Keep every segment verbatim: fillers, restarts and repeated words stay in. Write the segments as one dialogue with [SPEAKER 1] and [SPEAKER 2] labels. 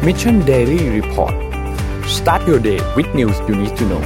[SPEAKER 1] Mission Daily Report Start your day with news you need to know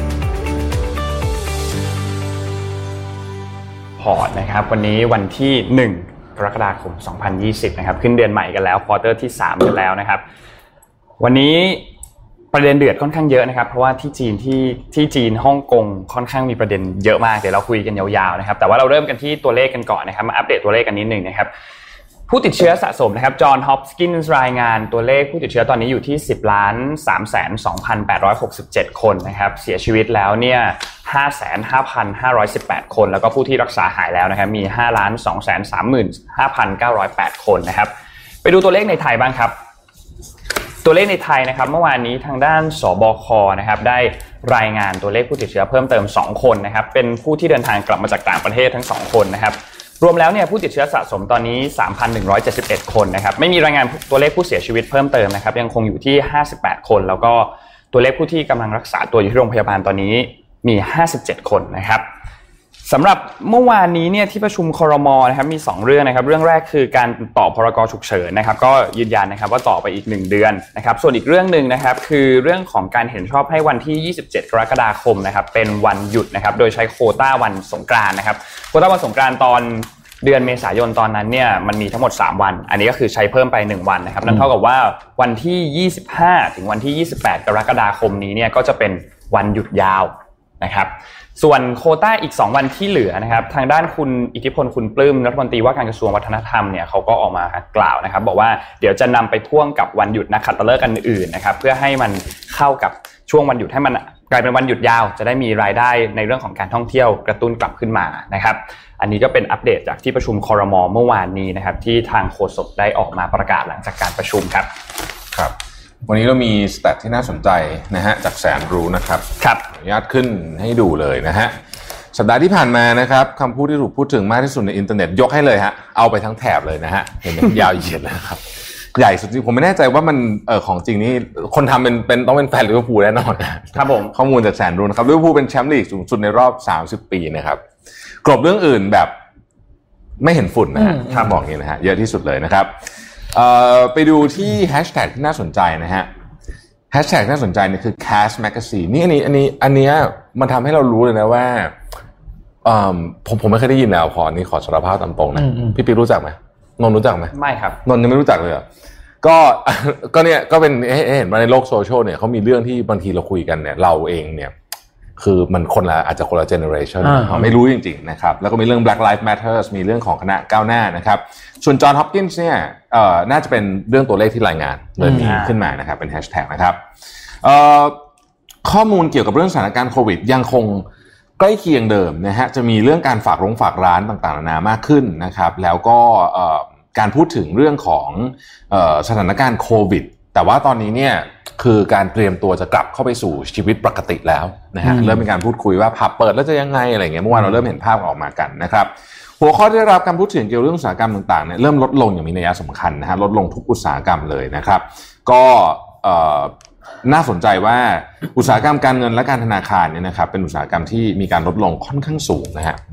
[SPEAKER 2] พอร์ตนะครับวันนี้วันที่หนึ่งกรกฎาคมสองพันยี่สิบนะครับขึ้นเดือนใหม่กันแล้วควอเตอร์ที่สามกันแล้วนะครับวันนี้ประเด็นเดือดค่อนข้างเยอะนะครับเพราะว่าที่จีนที่ที่จีนฮ่องกงค่อนข้างมีประเด็นเยอะมากเดี๋ยวเราคุยกันยาวๆนะครับแต่ว่าเราเริ่มกันที่ตัวเลขกันก่อนนะครับมาอัปเดตตัวเลขกันนิดนึงนะครับผู้ติดเชื้อสะสมนะครับจอห์นฮอปกินส์รายงานตัวเลขผู้ติดเชื้อตอนนี้อยู่ที่ สิบล้านสามแสนสองพันแปดร้อยหกสิบเจ็ด คนนะครับเสียชีวิตแล้วเนี่ย ห้าแสนห้าพันห้าร้อยสิบแปด คนแล้วก็ผู้ที่รักษาหายแล้วนะครับมี ห้าล้านสองแสนสามหมื่นห้าพันเก้าร้อยแปด คนนะครับไปดูตัวเลขในไทยบ้างครับตัวเลขในไทยนะครับเมื่อวานนี้ทางด้านสบคนะครับได้รายงานตัวเลขผู้ติดเชื้อเพิ่มเติมสองคนนะครับเป็นผู้ที่เดินทางกลับมาจากต่างประเทศทั้งสองคนนะครับรวมแล้วเนี่ยผู้ติดเชื้อสะสมตอนนี้ สามพันหนึ่งร้อยเจ็ดสิบเอ็ด คนนะครับไม่มีรายงานตัวเลขผู้เสียชีวิตเพิ่มเติมนะครับยังคงอยู่ที่ห้าสิบแปดคนแล้วก็ตัวเลขผู้ที่กำลังรักษาตัวอยู่ที่โรงพยาบาลตอนนี้มีห้าสิบเจ็ดคนนะครับสำหรับเมื่อวานนี้เนี่ยที่ประชุมครม.นะครับมีสองเรื่องนะครับเรื่องแรกคือการต่อพรก.ฉุกเฉินนะครับก็ยืนยันนะครับว่าต่อไปอีกหนึ่งเดือนนะครับส่วนอีกเรื่องนึงนะครับคือเรื่องของการเห็นชอบให้วันที่ยี่สิบเจ็ดกรกฎาคมนะครับเป็นวันหยุดนะครับโดยใช้โควต้าวันสงกรานต์นะครับโควต้าวันสงกรานต์ตอนเดือนเมษายนตอนนั้นเนี่ยมันมีทั้งหมดสามวันอันนี้ก็คือใช้เพิ่มไปหนึ่งวันนะครับนั่นเท่ากับว่าวันที่ยี่สิบห้าถึงวันที่ยี่สิบแปดกรกฎาคมนี้เนี่ยก็จะเป็นวันหยุดยาวนะครับส่วนโควต้าอีกสองวันที่เหลือนะครับทางด้านคุณอิทธิพลคุณปลื้มรัฐมนตรีว่าการกระทรวงวัฒนธรรมเนี่ยเขาก็ออกมากล่าวนะครับบอกว่าเดี๋ยวจะนำไปพ่วงกับวันหยุดนักขัตฤกษ์อันอื่นนะครับเพื่อให้มันเข้ากับช่วงวันหยุดให้มันกลายเป็นวันหยุดยาวจะได้มีรายได้ในเรื่องของการท่องเที่ยวกระตุ้นกลับขึ้นมานะครับอันนี้ก็เป็นอัปเดตจากที่ประชุมครม.เมื่อวานนี้นะครับที่ทางโฆษกได้ออกมาประกาศหลังจากการประชุมครับ
[SPEAKER 3] ครับวันนี้เรามีสแตทที่น่าสนใจนะฮะจากแสนรู้นะครับ
[SPEAKER 2] ครับ
[SPEAKER 3] อนุญาตขึ้นให้ดูเลยนะฮะสัปดาห์ที่ผ่านมานะครับคำพูดที่ถูกพูดถึงมากที่สุดในอินเทอร์เน็ตยกให้เลยฮะเอาไปทั้งแถบเลยนะฮะเห็นไหมยาวเหยียดเลยครับใหญ่สุดจริงผมไม่แน่ใจว่ามันเออของจริงนี่คนทำเป็นเป็นต้องเป็นแฟนลิเวอร์พูลแน่นอน
[SPEAKER 2] ครับผม
[SPEAKER 3] ข้อมูลจากแสนรู้นะครับลิเวอร์พูลเป็นแชมป์ลีกสูงสุดในรอบสามสิบปีนะครับกลบเรื่องอื่นแบบไม่เห็นฝุ่นนะฮะถ้าบอกอย่างนี้นะฮะเยอะที่สุดเลยนะครับเอ่อไปดูที่แฮชแท็กที่น่าสนใจนะฮะแฮชแท็กน่าสนใจเนี่ยคือ Cash Magazine นี่อันนี้อันนี้อันนี้มันทำให้เรารู้เลยนะว่าอ่าผมผมไม่เคยได้ยินแล้วพอนี่ขอสารภาพตามตรงนะพี่ปิ๊กรู้จักไหมนนท์รู้จักไหม
[SPEAKER 2] ไม่ครับ
[SPEAKER 3] นนท์ยังไม่รู้จักเลยอ่ะก็ก็เนี่ยก็เป็นเห็นว่าในโลกโซเชียลเนี่ยเขามีเรื่องที่บางทีเราคุยกันเนี่ยเราเองเนี่ยคือมันคนละอาจจะคนละเจเนอเรชันไม่รู้จริงๆนะครับแล้วก็มีเรื่อง Black Lives Matter มีเรื่องของคณะก้าวหน้านะครับส่วนจอห์นฮอปกินส์เนี่ยเอ่อน่าจะเป็นเรื่องตัวเลขที่รายงานเลยมีขึ้นมานะครับเป็นแฮชแท็กนะครับเอ่อข้อมูลเกี่ยวกับเรื่องสถานการณ์โควิดยังคงใกล้เคียงเดิมนะฮะจะมีเรื่องการฝากโรงฝากร้านต่างๆนานามากขึ้นนะครับแล้วก็เอ่อการพูดถึงเรื่องของเอ่อสถานการณ์โควิดแต่ว่าตอนนี้เนี่ยคือการเตรียมตัวจะกลับเข้าไปสู่ชีวิตปกติแล้วนะฮะเริ่มมีการพูดคุยว่าผับเปิดแล้วจะยังไงอะไรเงี้ยเมื่อวานเราเริ่มเห็นภาพออกมากันนะครับหัวข้อที่ได้รับการพูดถึงเกี่ยวกับเรื่องอุตสาหกรรมต่างๆเนี่ยเริ่มลดลงอย่างมีนัยสำคัญนะฮะลดลงทุกอุตสาหกรรมเลยนะครับก็น่าสนใจว่าอุตสาหกรรมการเงินและการธนาคารเนี่ยนะครับเป็นอุตสาหกรรมที่มีการลดลงค่อนข้างสูงนะฮะ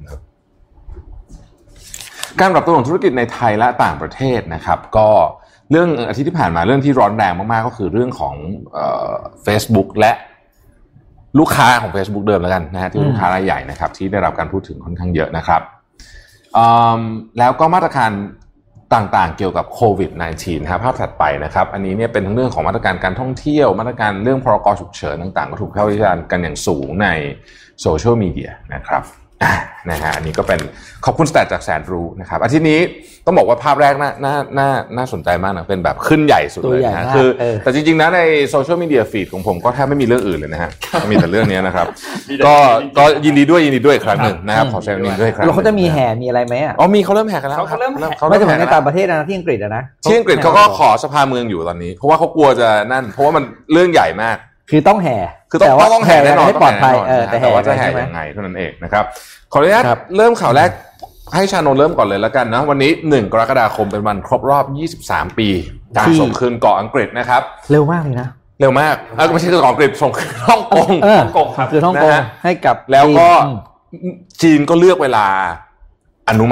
[SPEAKER 3] การปรับตัวของธุรกิจในไทยและต่างประเทศนะครับก็เรื่องอาทิตย์ที่ผ่านมาเรื่องที่ร้อนแรงมากๆก็คือเรื่องของเอ่อ Facebook และลูกค้าของ Facebook เดิมแล้วกันนะฮะที่ลูกค้ารายใหญ่นะครับที่ได้รับการพูดถึงค่อนข้างเยอะนะครับแล้วก็มาตรการต่างๆเกี่ยวกับโควิด สิบเก้า นะครับภาพถัดไปนะครับอันนี้เนี่ยเป็นทั้งเรื่องของมาตรการการท่องเที่ยวมาตรการเรื่องพรก.ฉุกเฉินต่างๆก็ถูกวิพากษ์วิจารณ์กันอย่างสูงในโซเชียลมีเดียนะครับนะฮะอันนี้ก็เป็นขอบคุณสแตทจากแสนรู้นะครับอาทิตย์นี้ต้องบอกว่าภาพแรกน่าน่าน่าน่าสนใจมากนะเป็นแบบขึ้นใหญ่สุดเลยนะคือแต่จริงๆนะในโซเชียลมีเดียฟีดของผมก็แทบไม่มีเรื่องอื่นเลยนะฮะมีแต่เรื่องนี้นะครับก็ก็ยินดีด้วยยินดีด้วยอีกครั้งหนึ่งนะครับขอแสดงยินดีด้วยครับ
[SPEAKER 4] แล้วเขาจะมีแห่มีอะไรไหมอ่ะ
[SPEAKER 3] อ๋อมีเขาเริ่มแห่กันแล้ว
[SPEAKER 2] เขาเริ่ม
[SPEAKER 4] ไม่แต่เหมือนในต่างประเทศนะที่อังกฤษนะ
[SPEAKER 3] ที่อังกฤษเขาก็ขอสภาเมืองอยู่ตอนนี้เพราะว่าเขากลัวจะนั่นเพราะว่ามันเรื่องใหญ่มาก
[SPEAKER 4] คือต้องแห่
[SPEAKER 3] คือต้องต้องแห่แน่นอน
[SPEAKER 4] ให้ปลอดภัยเออแต่
[SPEAKER 3] ว่าจะแห่ยังไงเท่านั้นเองนะครับขออนุญาตเริ่มข่าวแรกให้ชานนท์เริ่มก่อนเลยแล้วกันนะวันนี้หนึ่งกรกฎาคมเป็นวันครบรอบยี่สิบสามปีการส่งคืนเกาะอังกฤษนะครับ
[SPEAKER 4] เร็วมากเลยนะ
[SPEAKER 3] เร็วมากเออไม่ใช่เกาะอังกฤษส่งคืนฮ่องกง
[SPEAKER 4] ฮ่องกงครับคือฮ่องกงให้กับ
[SPEAKER 3] แล้วก็จีนก็เลือกเวลาอนุมัติ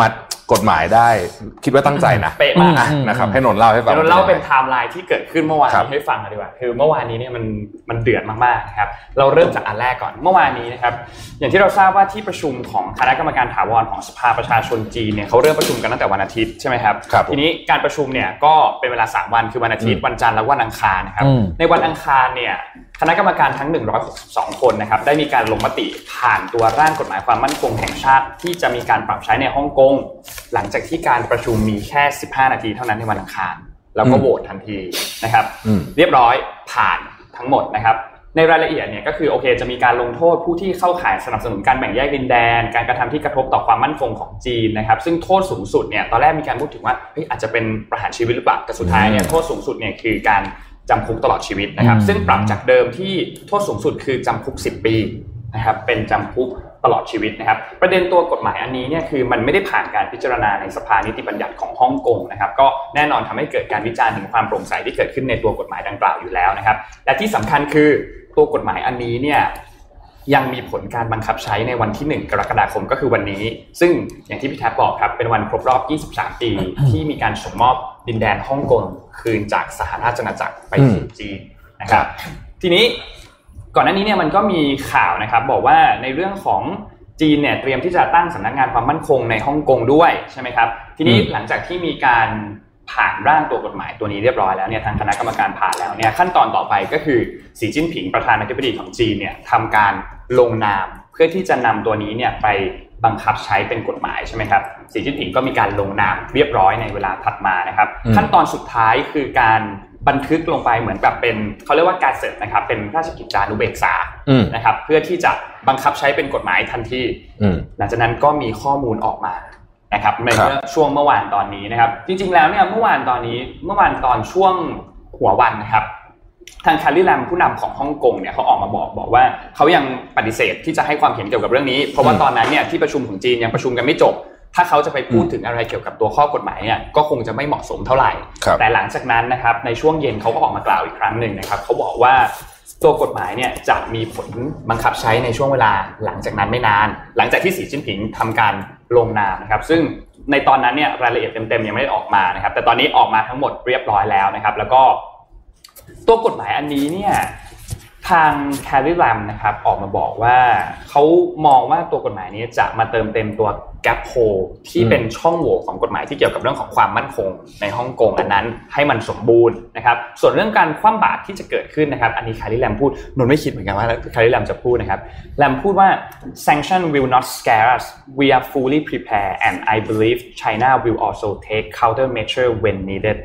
[SPEAKER 3] กฎหมายได้คิดว่าตั้งใจนะ
[SPEAKER 2] เป๊ะมาก
[SPEAKER 3] นะครับให้นนท์เล่าให้ฟัง
[SPEAKER 2] นนท์เล่าเป็นไทม์ไลน์ที่เกิดขึ้นเมื่อวานนี้ให้ฟังกันดีกว่าคือเมื่อวานนี้เนี่ยมันมันเดือดมากๆนะครับเราเริ่มจากอันแรกก่อนเมื่อวานนี้นะครับอย่างที่เราทราบว่าที่ประชุมของคณะกรรมการถาวรของสภาประชาชนจีนเนี่ยเขาเริ่มประชุมกันตั้งแต่วันอาทิตย์ใช่ไหมครับทีนี้การประชุมเนี่ยก็เป็นเวลาสามวันคือวันอาทิตย์วันจันทร์และวันอังคารนะครับในวันอังคารเนี่ยคณะกรรมการทั้งหนึ่งร้อยหกสิบสองคนนะครับได้มีการลงมติผ่านตัวร่างกฎหมายความมั่นคงแห่งชาติที่จะมีการปรับใช้ในฮ่องกงหลังจากที่การประชุมมีแค่สิบห้านาทีเท่านั้นในวันอังคารแล้วก็โหวตทันทีนะครับเรียบร้อยผ่านทั้งหมดนะครับในรายละเอียดเนี่ยก็คือโอเคจะมีการลงโทษผู้ที่เข้าข่ายสนับสนุนการแบ่งแยกดินแดนการกระทำที่กระทบต่อความมั่นคงของจีนนะครับซึ่งโทษสูงสุดเนี่ยตอนแรกมีการพูดถึงว่าเฮ้ยอาจจะเป็นประหารชีวิตหรือเปล่าแต่สุดท้ายเนี่ยโทษสูงสุดเนี่ยคือการจำคุกตลอดชีวิตนะครับซึ่งปรับจากเดิมที่โทษสูงสุดคือจำคุกสิบปีนะครับเป็นจำคุกตลอดชีวิตนะครับประเด็นตัวกฎหมายอันนี้เนี่ยคือมันไม่ได้ผ่านการพิจารณาในสภานิติบัญญัติของฮ่องกงนะครับก็แน่นอนทำให้เกิดการวิจารณ์ถึงความโปร่งใสที่เกิดขึ้นในตัวกฎหมายดังกล่าวอยู่แล้วนะครับและที่สำคัญคือตัวกฎหมายอันนี้เนี่ยยังมีผลการบังคับใช้ในวันที่หนึ่งกรกฎาคมก็คือวันนี้ซึ่งอย่างที่พี่แท็บบอกครับเป็นวันครบรอบยี่สิบสามปีที่มีการส่งมอบดินแดนฮ่องกงคืนจากสหราชอาณาจักรไปสู่จีนนะครับทีนี้ก่อนหน้านี้เนี่ยมันก็มีข่าวนะครับบอกว่าในเรื่องของจีนเนี่ยเตรียมที่จะตั้งสำนักงานความมั่นคงในฮ่องกงด้วยใช่ไหมครับทีนี้หลังจากที่มีการผ่านร่างตัวกฎหมายตัวนี้เรียบร้อยแล้วเนี่ยทางคณะกรรมการผ่านแล้วเนี่ยขั้นตอนต่อไปก็คือสีจิ้นผิงประธานาธิบดีของจีนเนี่ยทำการลงนามเพื่อที่จะนำตัวนี้เนี่ยไปบังคับใช้เป็นกฎหมายใช่ไหมครับสีจิ้นผิงก็มีการลงนามเรียบร้อยในเวลาถัดมานะครับขั้นตอนสุดท้ายคือการบันทึกลงไปเหมือนกับเป็นเขาเรียกว่าการเสร็จนะครับเป็นราชกิจจานุเบกษานะครับเพื่อที่จะบังคับใช้เป็นกฎหมายทันทีหลังจากนั้นก็มีข้อมูลออกมานะครับในช่วงเมื่อวานตอนนี้นะครับจริงๆแล้วเนี่ยเมื่อวานตอนนี้เมื่อวานตอนช่วงหัววันนะครับทางแคลรี่แลมผู้นำของฮ่องกงเนี่ยเขาออกมาบอกบอกว่าเขายังปฏิเสธที่จะให้ความเห็นเกี่ยวกับเรื่องนี้เพราะว่าตอนนั้นเนี่ยที่ประชุมของจีนยังประชุมกันไม่จบถ้าเขาจะไปพูดถึงอะไรเกี่ยวกับตัวข้อกฎหมายเนี่ยก็คงจะไม่เหมาะสมเท่าไหร่แต่หลังจากนั้นนะครับในช่วงเย็นเขาก็ออกมากล่าวอีกครั้งหนึ่งนะครับเขาบอกว่าตัวกฎหมายเนี่ยจะมีผลบังคับใช้ในช่วงเวลาหลังจากนั้นไม่นานหลังจากที่สีจิ้นผิงทำการลงนามนะครับซึ่งในตอนนั้นเนี่ยรายละเอียดเต็มๆยังไม่ได้ออกมานะครับแต่ตอนนี้ออกมาทั้งหมดเรียบร้อยแล้วนะครับแล้วก็ตัวกฎหมายอันนี้เนี่ยทางแคลรี่แลมนะครับออกมาบอกว่าเขามองว่าตัวกฎหมายนี้จะมาเติมเต็มตัว gap hole ที่เป็นช่องโหว่ของกฎหมายที่เกี่ยวกับเรื่องของความมั่นคงในฮ่องกงอันนั้นให้มันสมบูรณ์นะครับส่วนเรื่องการคว่ำบาตรที่จะเกิดขึ้นนะครับอันนี้แคลรี่แลมพูดนนไม่คิดเหมือนกันว่าแคลรี่แลมจะพูดนะครับแลมพูดว่า sanction will not scare us we are fully prepared and I believe China will also take countermeasure when needed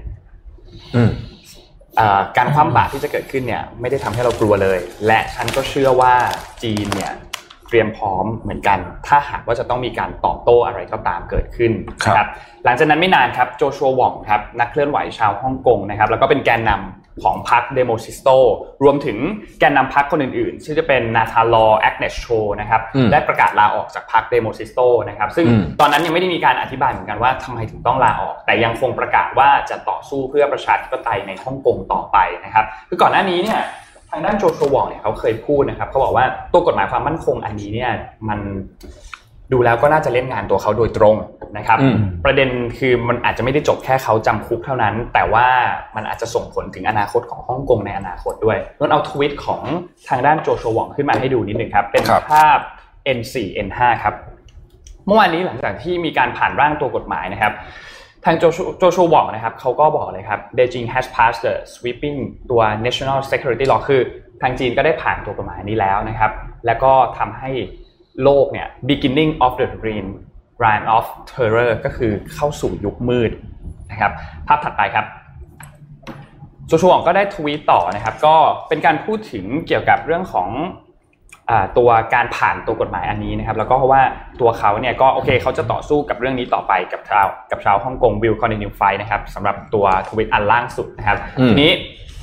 [SPEAKER 2] การคว่ำบาตรที่จะเกิดขึ้นเนี่ยไม่ได้ทำให้เรากลัวเลยและฉันก็เชื่อว่าจีนเนี่ยเตรียมพร้อมเหมือนกันถ้าหากว่าจะต้องมีการตอบโต้อะไรก็ตามเกิดขึ้นนะครับหลังจากนั้นไม่นานครับโจชัวหว่องครับนักเคลื่อนไหวชาวฮ่องกงนะครับแล้วก็เป็นแกนนำของพรรคเดโมซิสโตรวมถึงแกนนำพรรคคนอื่นๆที่จะเป็นนาธานลอแอคเนสโชนะครับได้ประกาศลาออกจากพรรคเดโมซิสโตนะครับซึ่งตอนนั้นยังไม่ได้มีการอธิบายเหมือนกันว่าทำไมถึงต้องลาออกแต่ยังคงประกาศว่าจะต่อสู้เพื่อประชาธิปไตยในฮ่องกงต่อไปนะครับคือก่อนหน้านี้เนี่ยทางด้านโจชัวหว่องเนี่ยเขาเคยพูดนะครับเขาบอกว่าตัวกฎหมายความมั่นคงอันนี้เนี่ยมันดูแล้วก็น่าจะเล่นงานตัวเขาโดยตรงนะครับประเด็นคือมันอาจจะไม่ได้จบแค่เขาจำคุกเท่านั้นแต่ว่ามันอาจจะส่งผลถึงอนาคตของฮ่องกงในอนาคตด้วยนนเอาทวิตของทางด้านโจชัวหว่องขึ้นมาให้ดูนิดนึงครับเป็นภาพ เอ็น โฟร์ เอ็น ไฟว์ ครับเมื่อวานนี้หลังจากที่มีการผ่านร่างตัวกฎหมายนะครับทางโจชัวหว่องนะครับเขาก็บอกเลยครับ Beijing has passed the sweeping ตัว national security law คือทางจีนก็ได้ผ่านตัวกฎหมายนี้แล้วนะครับแล้วก็ทำให้โลกเนี่ย beginning of the reign reign of terror ก็คือเข้าสู่ยุคมืดนะครับภาพถัดไปครับโจชัวหว่องก็ได้ทวีตต่อนะครับก็เป็นการพูดถึงเกี่ยวกับเรื่องของตัวการผ่านตัวกฎหมายอันนี้นะครับแล้วก็เพราะว่าตัวเขาเนี่ยก็โอเคเขาจะต่อสู้กับเรื่องนี้ต่อไปกับชาวกับชาวฮ่องกง will continue fight นะครับสำหรับตัวทวีตอันล่างสุดนะครับทีนี้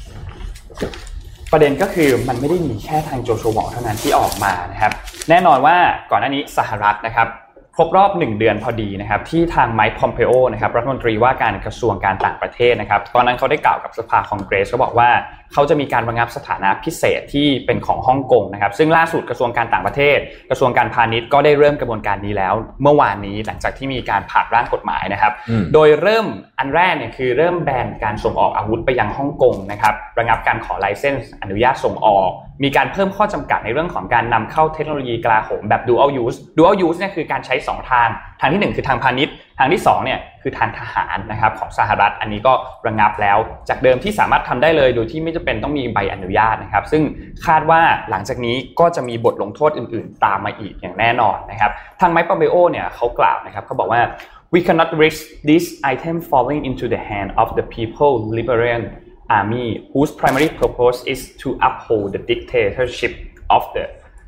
[SPEAKER 2] ประเด็นก็คือมันไม่ได้มีแค่ทางโจชัวหว่องเท่านั้นที่ออกมานะครับแน่นอนว่าก่อนหน้านี้สหรัฐนะครับครบรอบหนึ่งเดือนพอดีนะครับที่ทางไมค์พอมเพโอนะครับรัฐมนตรีว่าการกระทรวงการต่างประเทศนะครับตอนนั้นเขาได้กล่าวกับสภาคองเกรสเขาบอกว่าเขาจะมีการระงับสถานะพิเศษที่เป็นของฮ่องกงนะครับซึ่งล่าสุดกระทรวงการต่างประเทศกระทรวงการพาณิชย์ก็ได้เริ่มกระบวนการนี้แล้วเมื่อวานนี้หลังจากที่มีการผ่านร่างกฎหมายนะครับโดยเริ่มอันแรกเนี่ยคือเริ่มแบนการส่งออกอาวุธไปยังฮ่องกงนะครับระงับการขอไลเซนส์อนุญาตส่งออกมีการเพิ่มข้อจำกัดในเรื่องของการนำเข้าเทคโนโลยีกลาโหมแบบ dual use dual use เนี่ยคือการใช้สองทางทางที่หนึ่งคือทางพาณิชย์ทางที่สองเนี่ยคือทางทหารนะครับของสหรัฐอันนี้ก็ระงับแล้วจากเดิมที่สามารถทำได้เลยโดยที่ไม่จำเป็นต้องมีใบอนุญาตนะครับซึ่งคาดว่าหลังจากนี้ก็จะมีบทลงโทษอื่นๆตามมาอีกอย่างแน่นอนนะครับทางไมค์พอมเปโอเนี่ยเขากล่าวนะครับเขาบอกว่า we cannot risk this item falling into the hand of the People Liberation Army whose primary purpose is to uphold the dictatorship of the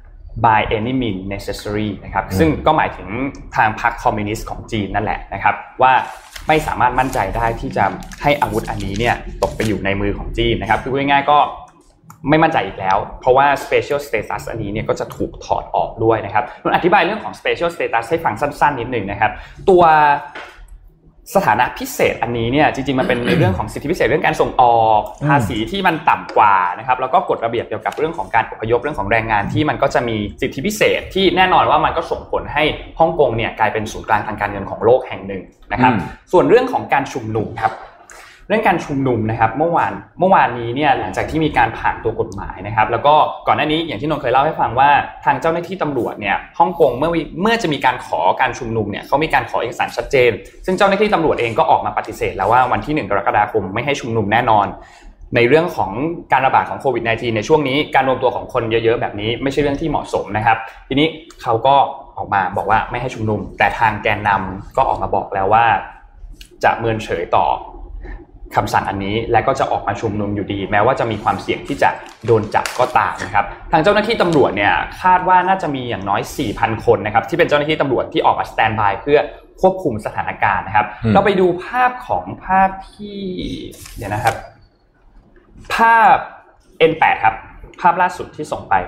[SPEAKER 2] by any means necessary นะครับซึ่งก็หมายถึงทางพรรคคอมมิวนิสต์ของจีนนั่นแหละนะครับว่าไม่สามารถมั่นใจได้ที่จะให้อาวุธอันนี้เนี่ยตกไปอยู่ในมือของจีนนะครับคือพูดง่ายๆก็ไม่มั่นใจอีกแล้วเพราะว่า special status อันนี้เนี่ยก็จะถูกถอดออกด้วยนะครับผมอธิบายเรื่องของ special status ให้ฟังสั้นๆนิดนึงนะครับตัวสถานะพิเศษอันนี้เนี่ยจริงๆมันเป็นในเรื่องของสิทธิพิเศษเรื่องการส่งออกภาษีที่มันต่ำกว่านะครับแล้วก็กฎระเบียบเกี่ยวกับเรื่องของการอพยพเรื่องของแรงงานที่มันก็จะมีสิทธิพิเศษที่แน่นอนว่ามันก็ส่งผลให้ฮ่องกงเนี่ยกลายเป็นศูนย์กลางทางการเงินของโลกแห่งหนึ่งนะครับส่วนเรื่องของการชุมนุมครับเรื่องการชุมนุมนะครับเมื่อวานเมื่อวานนี้เนี่ยหลังจากที่มีการผ่านตัวกฎหมายนะครับแล้วก็ก่อนหน้านี้อย่างที่นนท์เคยเล่าให้ฟังว่าทางเจ้าหน้าที่ตำรวจเนี่ยฮ่องกงเมื่อเมื่อจะมีการขอการชุมนุมเนี่ยเขามีการขอเอกสารชัดเจนซึ่งเจ้าหน้าที่ตำรวจเองก็ออกมาปฏิเสธแล้วว่าวันที่หนึ่งกรกฎาคมไม่ให้ชุมนุมแน่นอนในเรื่องของการระบาดของโควิด สิบเก้า ในช่วงนี้การรวมตัวของคนเยอะๆแบบนี้ไม่ใช่เรื่องที่เหมาะสมนะครับทีนี้เขาก็ออกมาบอกว่าไม่ให้ชุมนุมแต่ทางแกนนำก็ออกมาบอกแล้วว่าจะเมินเฉยต่อคำสั่งอันนี้และก็จะออกมาชุมนุมอยู่ดีแม้ว่าจะมีความเสี่ยงที่จะโดนจับก็ตามนะครับทางเจ้าหน้าที่ตำรวจเนี่ยคาดว่าน่าจะมีอย่างน้อย สี่พัน คนนะครับที่เป็นเจ้าหน้าที่ตำรวจที่ออกมาสแตนด์บายเพื่อควบคุมสถานการณ์นะครับเราไปดูภาพของภาพที่เดี๋ยวนะครับภาพ เอ็น แปด ครับภาพล่าสุดที่ส่งไป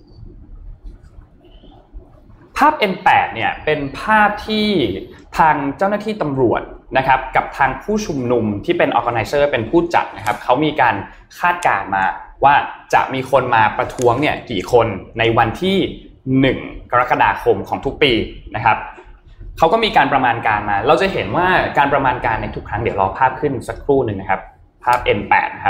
[SPEAKER 2] ภาพ เอ็น แปด เนี่ยเป็นภาพที่ทางเจ้าหน้าที่ตำรวจนะครับกับทางผู้ชุมนุมที่เป็น organizer เป็นผู้จัดนะครับเขามีการคาดการณ์มาว่าจะมีคนมาประท้วงเนี่ยกี่คนในวันที่หนึ่งกรกฎาคมของทุกปีนะครับเขาก็มีการประมาณการมาเราจะเห็นว่าการประมาณการในทุกครั้งเดี๋ยวรอภาพขึ้นสักครู่นึงนะครับภาพ เอ็น แปด นะครับ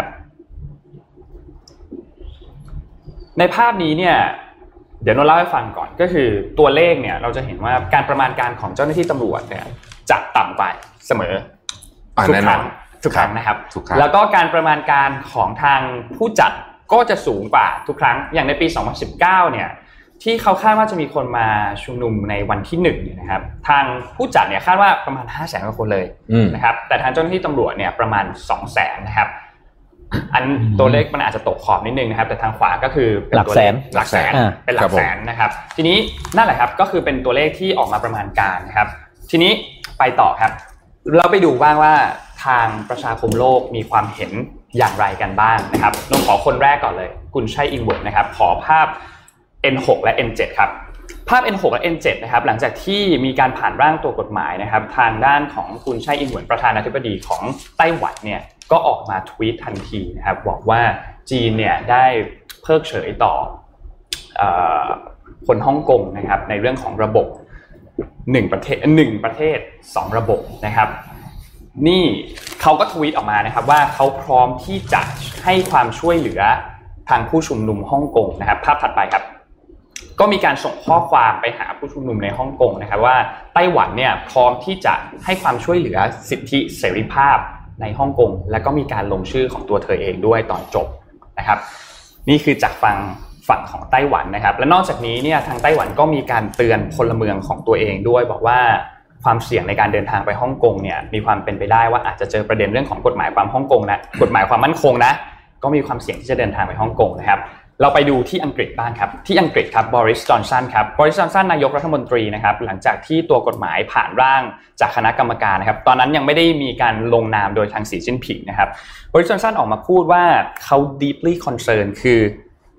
[SPEAKER 2] ในภาพนี้เนี่ยเดี๋ยวนนเล่าให้ฟังก่อนก็คือตัวเลขเนี่ยเราจะเห็นว่าการประมาณการของเจ้าหน้าที่ตำรวจเนี่ยจะต่ำไปเสมอทุกครั้งทุกครั้งนะครับแล้วก็การประมาณการของทางผู้จัดก็จะสูงกว่าทุกครั้งอย่างในปีสองพันสิบเก้าเนี่ยที่เขาคาดว่าจะมีคนมาชุมนุมในวันที่หนึ่งเนี่ยนะครับทางผู้จัดเนี่ยคาดว่าประมาณ ห้าแสน กว่าคนเลยนะครับแต่ทางเจ้าหน้าที่ตำรวจเนี่ยประมาณ สองแสน นะครับอันตัวเลขมันอาจจะตกขอบนิดนึงนะครับแต่ทางขวาก็คือเป็นตัวเลขหลักแสนเป็นหลักแสนนะครับทีนี้นั่นแหละครับก็คือเป็นตัวเลขที่ออกมาประมาณการนะครับทีนี้ไปต่อครับเราไปดูบ้างว่าทางประชาคมโลกมีความเห็นอย่างไรกันบ้างนะครับนนขอคนแรกก่อนเลยคุณชัยอิงเวิร์ดนะครับขอภาพ เอ็น หก และ เอ็น เจ็ด ครับภาพ เอ็น หก และ เอ็น เจ็ด นะครับหลังจากที่มีการผ่านร่างตัวกฎหมายนะครับทางด้านของคุณชัยอิงเวิร์ดประธานาธิบดีของไต้หวันเนี่ยก็ออกมาทวีตทันทีนะครับบอกว่าจีนเนี่ยได้เพิกเฉยต่อเอ่อคนฮ่องกงนะครับในเรื่องของระบบหนึ่งประเทศหนึ่งประเทศสองระบบนะครับนี่เขาก็ทวีตออกมานะครับว่าเขาพร้อมที่จะให้ความช่วยเหลือทางผู้ชุมนุมฮ่องกงนะครับภาพถัดไปครับก็มีการส่งข้อความไปหาผู้ชุมนุมในฮ่องกงนะครับว่าไต้หวันเนี่ยพร้อมที่จะให้ความช่วยเหลือสิทธิเสรีภาพในฮ่องกงและก็มีการลงชื่อของตัวเธอเองด้วยตอนจบนะครับนี่คือจากฝั่งฝั่งของไต้หวันนะครับและนอกจากนี้เนี่ยทางไต้หวันก็มีการเตือนพลเมืองของตัวเองด้วยบอกว่าความเสี่ยงในการเดินทางไปฮ่องกงเนี่ยมีความเป็นไปได้ว่าอาจจะเจอประเด็นเรื่องของกฎหมายความฮ่องกงนะกฎหมายความมั่นคงนะก็มีความเสี่ยงที่จะเดินทางไปฮ่องกงนะครับเราไปดูที่อังกฤษบ้างครับที่อังกฤษครับบริส จอนสันครับบริส จอนสันนายกรัฐมนตรีนะครับหลังจากที่ตัวกฎหมายผ่านร่างจากคณะกรรมการนะครับตอนนั้นยังไม่ได้มีการลงนามโดยทางสีจิ้นผิงนะครับบริส จอนสันออกมาพูดว่าเขา deeply concerned คือ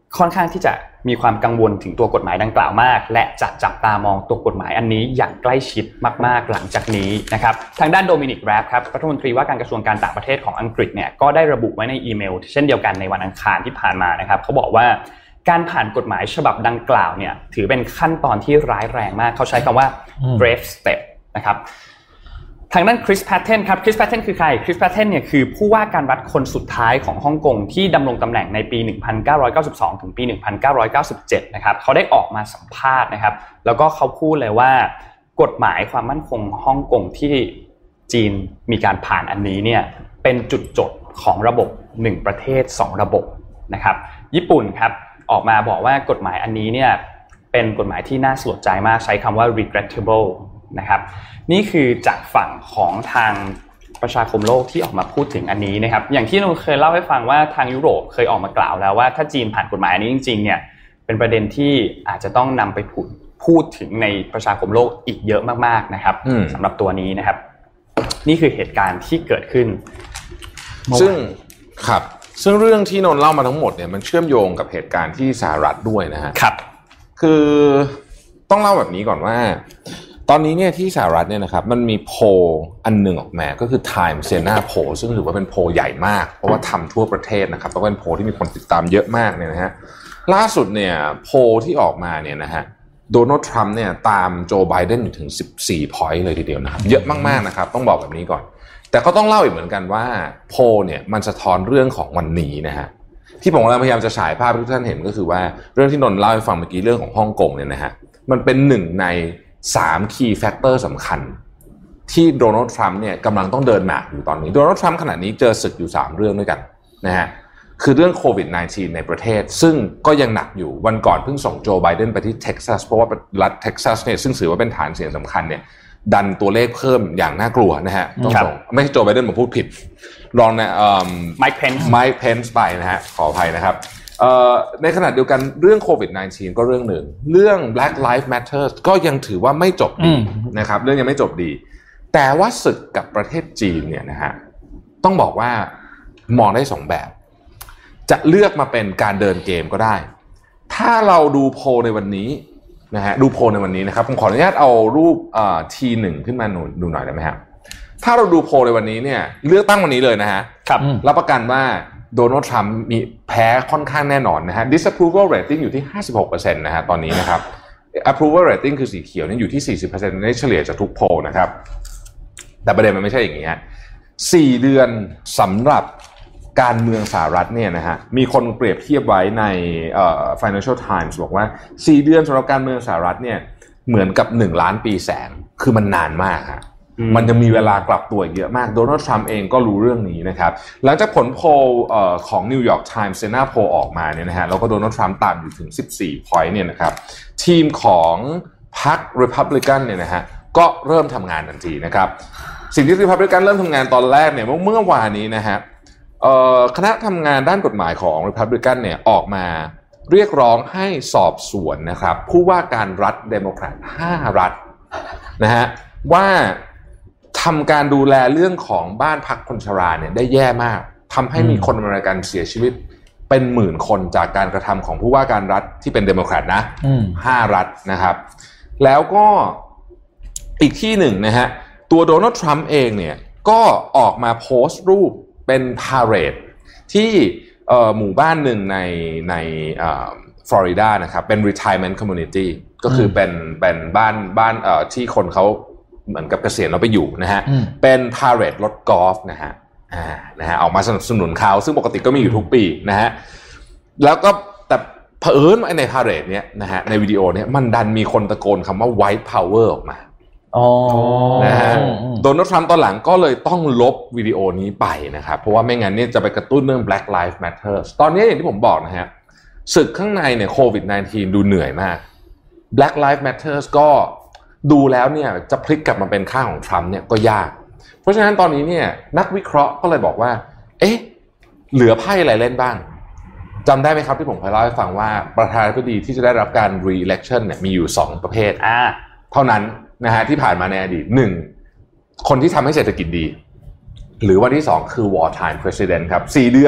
[SPEAKER 2] ค่อนข้างที่จะมีความกังวลถึงตัวกฎหมายดังกล่าวมากและจะจับตามองตัวกฎหมายอันนี้อย่างใกล้ชิดมากๆหลังจากนี้นะครับทางด้านโดมินิกแรปครับรัฐมนตรีว่าการกระทรวงการต่างประเทศของอังกฤษเนี่ยก็ได้ระบุไว้ในอีเมลเช่นเดียวกันในวันอังคารที่ผ่านมานะครับเขาบอกว่าการผ่านกฎหมายฉบับดังกล่าวเนี่ยถือเป็นขั้นตอนที่ร้ายแรงมากเขาใช้คำว่า brave step นะครับทางด้านคริสแพตเทนครับคริสแพตเทนคือใครคริสแพตเทนเนี่ยคือผู้ว่าการรัฐคนสุดท้ายของฮ่องกงที่ดำรงตำแหน่งในปีหนึ่งพันเก้าร้อยเก้าสิบสองถึงปีหนึ่งพันเก้าร้อยเก้าสิบเจ็ดนะครับเขาได้ออกมาสัมภาษณ์นะครับแล้วก็เขาพูดเลยว่ากฎหมายความมั่นคงฮ่องกงที่จีนมีการผ่านอันนี้เนี่ยเป็นจุดจบของระบบหนึ่งประเทศสองระบบนะครับญี่ปุ่นครับออกมาบอกว่ากฎหมายอันนี้เนี่ยเป็นกฎหมายที่น่าสลดใจมากใช้คำว่า regrettable นะครับนี่คือจากฝั่งของทางประชาคมโลกที่ออกมาพูดถึงอันนี้นะครับอย่างที่เราเคยเล่าให้ฟังว่าทางยุโรปเคยออกมากล่าวแล้วว่าถ้าจีนผ่านกฎหมายอันนี้จริงๆเนี่ยเป็นประเด็นที่อาจจะต้องนำไปพูดพูดถึงในประชาคมโลกอีกเยอะมากๆนะครับสำหรับตัวนี้นะครับนี่คือเหตุการณ์ที่เกิดขึ้น
[SPEAKER 3] ซึ่งครับซึ่งเรื่องที่นนท์เล่ามาทั้งหมดเนี่ยมันเชื่อมโยงกับเหตุการณ์ที่สหรัฐด้วยนะฮะ
[SPEAKER 2] ครับ
[SPEAKER 3] คือต้องเล่าแบบนี้ก่อนว่าตอนนี้เนี่ยที่สหรัฐเนี่ยนะครับมันมีโพลอันหนึ่งออกมาก็คือ Time Siena Poll ซึ่งถือว่าเป็นโพลใหญ่มากเพราะว่าทำทั่วประเทศนะครับแล้วก็เป็นโพลที่มีคนติดตามเยอะมากเนี่ยนะฮะล่าสุดเนี่ยโพลที่ออกมาเนี่ยนะฮะโดนัลด์ทรัมป์เนี่ยตามโจไบเดนอยู่ถึงสิบสี่ point เลยทีเดียวนะครับเยอะมากๆนะครับต้องบอกแบบนี้ก่อนแต่ก็ต้องเล่าอีกเหมือนกันว่าโพลเนี่ยมันสะท้อนเรื่องของวันนี้นะฮะที่ผมพยายามจะฉายภาพให้ทุกท่านเห็นก็คือว่าเรื่องที่นนท์เล่าให้ฟังเมื่อกี้เรื่องของฮ่องกงเนี่ยนะฮะมันเป็นหนึ่งในสาม key factor สำคัญที่โดนัลด์ทรัมป์เนี่ยกำลังต้องเดินหมากอยู่ตอนนี้โดนัลด์ทรัมป์ขณะนี้เจอศึกอยู่สามเรื่องด้วยกันนะฮะคือเรื่องโควิด สิบเก้า ในประเทศซึ่งก็ยังหนักอยู่วันก่อนเพิ่งส่งโจไบเดนไปที่เท็กซัสเพราะว่ารัฐเท็กซัสเนี่ยซึ่งถือว่าเป็นฐานเสียงสำคัญเนี่ยดันตัวเลขเพิ่มอย่างน่ากลัวนะฮะต้องส่งไม่ใช่โจไบเดนมาพูดผิดรองนะเอ่อ
[SPEAKER 2] Mike Pence
[SPEAKER 3] Mike Pence ไปนะฮะขออภัยนะครับในขณะเดียวกันเรื่องโควิด สิบเก้า ก็เรื่องหนึ่งเรื่อง Black Lives Matter ก็ยังถือว่าไม่จบดีนะครับเรื่องยังไม่จบดีแต่ว่าศึกกับประเทศจีนเนี่ยนะฮะต้องบอกว่ามองได้สองแบบจะเลือกมาเป็นการเดินเกมก็ได้ถ้าเราดูโพลในวันนี้นะฮะดูโพลในวันนี้นะครับผมขออนุญาตเอารูปเอ่อ ที หนึ่ง ขึ้นมาดูหน่อยได้ไหมครับถ้าเราดูโพลในวันนี้เนี่ยเลือกตั้งวันนี้เลยนะฮะรับประกันว่าโดนัลด์ทรัมป์มีแพ้ค่อนข้างแน่นอนนะฮะ disapproval rating อยู่ที่ ห้าสิบหกเปอร์เซ็นต์ นะฮะตอนนี้นะครับ approval rating คือสีเขียวเนี่ยอยู่ที่ สี่สิบเปอร์เซ็นต์ ในเฉลี่ยจากทุกโพลนะครับแต่ประเด็นมันไม่ใช่อย่างนี้ฮะสี่เดือนสำหรับการเมืองสหรัฐเนี่ยนะฮะมีคนเปรียบเทียบไว้ในเอ่อ Financial Times บอกว่าสี่เดือนสำหรับการเมืองสหรัฐเนี่ยเหมือนกับหนึ่งล้านปีแสงคือมันนานมากฮะมันจะมีเวลากลับตัวเยอะมากโดนัลด์ทรัมป์เองก็รู้เรื่องนี้นะครับหลังจากผลโพลเอ่อของ New York Times Siena Poll ออกมาเนี่ยนะฮะแล้วก็โดนัลด์ทรัมป์ตามอยู่ถึงสิบสี่ point เนี่ยนะครับทีมของพรรค Republican เนี่ยนะฮะก็เริ่มทำงานทันทีนะครับสิ่งที่ Republican เริ่มทำงานตอนแรกเนี่ยเมื่อเมื่อวานนี้นะฮะเอ่อคณะทำงานด้านกฎหมายของ Republican เนี่ยออกมาเรียกร้องให้สอบสวนนะครับผู้ว่าการรัฐเดโมแครตห้ารัฐนะฮะว่าทำการดูแลเรื่องของบ้านพักคนชราเนี่ยได้แย่มากทำให้มีคนอเมริกันเสียชีวิตเป็นหมื่นคนจากการกระทำของผู้ว่าการรัฐที่เป็นเดโมแครตนะห้ารัฐนะครับแล้วก็อีกที่หนึ่งนะฮะตัวโดนัลด์ทรัมป์เองเนี่ยก็ออกมาโพสต์รูปเป็นพาเหรดที่หมู่บ้านหนึ่งในในฟลอริดานะครับเป็น retirement community ก็คือเป็นเป็นบ้านบ้านที่คนเขาเหมือนกับเกษียณเราไปอยู่นะฮะเป็นพาเหรดรถกอล์ฟนะฮะอ่านะฮะออกมาสนับสนุนเขาซึ่งปกติก็มีอยู่ทุกปีนะฮะแล้วก็แต่เผอิญในพาเหรดเนี้ยนะฮะในวิดีโอเนี้ยมันดันมีคนตะโกนคำว่า white power ออกมาอ๋อนะฮะโดนัลด์ทรัมป์ตอนหลังก็เลยต้องลบวิดีโอนี้ไปนะครับเพราะว่าไม่งั้นเนี่ยจะไปกระตุ้นเรื่อง Black Lives Matter ตอนนี้อย่างที่ผมบอกนะฮะศึกข้างในเนี่ยโควิด สิบเก้า ดูเหนื่อยมาก Black Lives Matter ก็ดูแล้วเนี่ยจะพลิกกลับมาเป็นข้างของทรัมป์เนี่ยก็ยากเพราะฉะนั้นตอนนี้เนี่ยนักวิเคราะห์ก็เลยบอกว่าเอ๊ะเหลือไพ่อะไรเล่นบ้างจำได้ไหมครับที่ผมเคยเล่าให้ฟังว่าประธานาธิบดีที่จะได้รับการ re-election เนี่ยมีอยู่สองประเภทอ่าเท่านั้นนะฮะที่ผ่านมาในอดีตหนึ่งคนที่ทำให้เศรษฐกิจดีหรือว่าที่สองคือ war time president ครับสี่เดือน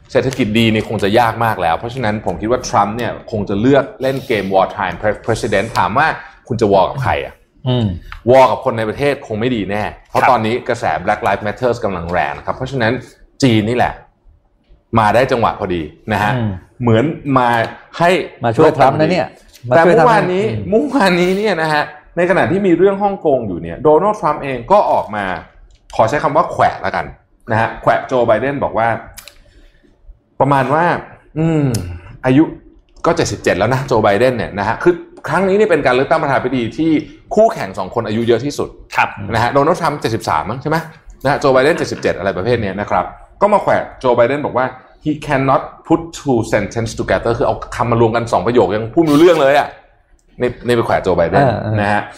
[SPEAKER 3] เศรษฐกิจดีนี่คงจะยากมากแล้วเพราะฉะนั้นผมคิดว่าทรัมป์เนี่ยคงจะเลือกเล่นเกม war time president ถามว่าคุณจะวอร์กับใครอ่ะวอร์กับคนในประเทศคงไม่ดีแน่เพราะตอนนี้กระแส Black Lives Matter กำลังแรงนะครับเพราะฉะนั้นจีนนี่แหละมาได้จังหวะพอดีนะฮะเหมือนมาให้
[SPEAKER 4] มาช่วยทรัมป์นะเนี่ย
[SPEAKER 3] แต่เมื่อวานนี้เมื่อวานนี้เนี่ยนะฮะในขณะที่มีเรื่องฮ่องกงอยู่เนี่ยโดนัลด์ทรัมป์เองก็ออกมาขอใช้คำว่าแขวะแล้วกันนะฮะแขวะโจไบเดนบอกว่าประมาณว่าอืมอายุก็เจ็ดสิบเจ็ดแล้วนะโจไบเดนเนี่ยนะฮะคือครั้งนี้นี่เป็นการเลือกตั้งประธานาธิบดีที่คู่แข่งสองคนอายุเยอะที่สุด
[SPEAKER 2] ครับ
[SPEAKER 3] นะฮะโดนัลด์ทรัมป์เจ็ดสิบสามมั้งใช่ไหมนะฮะโจไบเดนเจ็ดสิบเจ็ดอะไรประเภทนี้นะครับก็มาแขวะโจไบเดนบอกว่า he cannot put two sentence together คือเอาคำมารวมกันสองประโยคยังพูดไม่รู้เรื่องเลยอ่ะในในไปแขวะโจไบเดนนะฮะ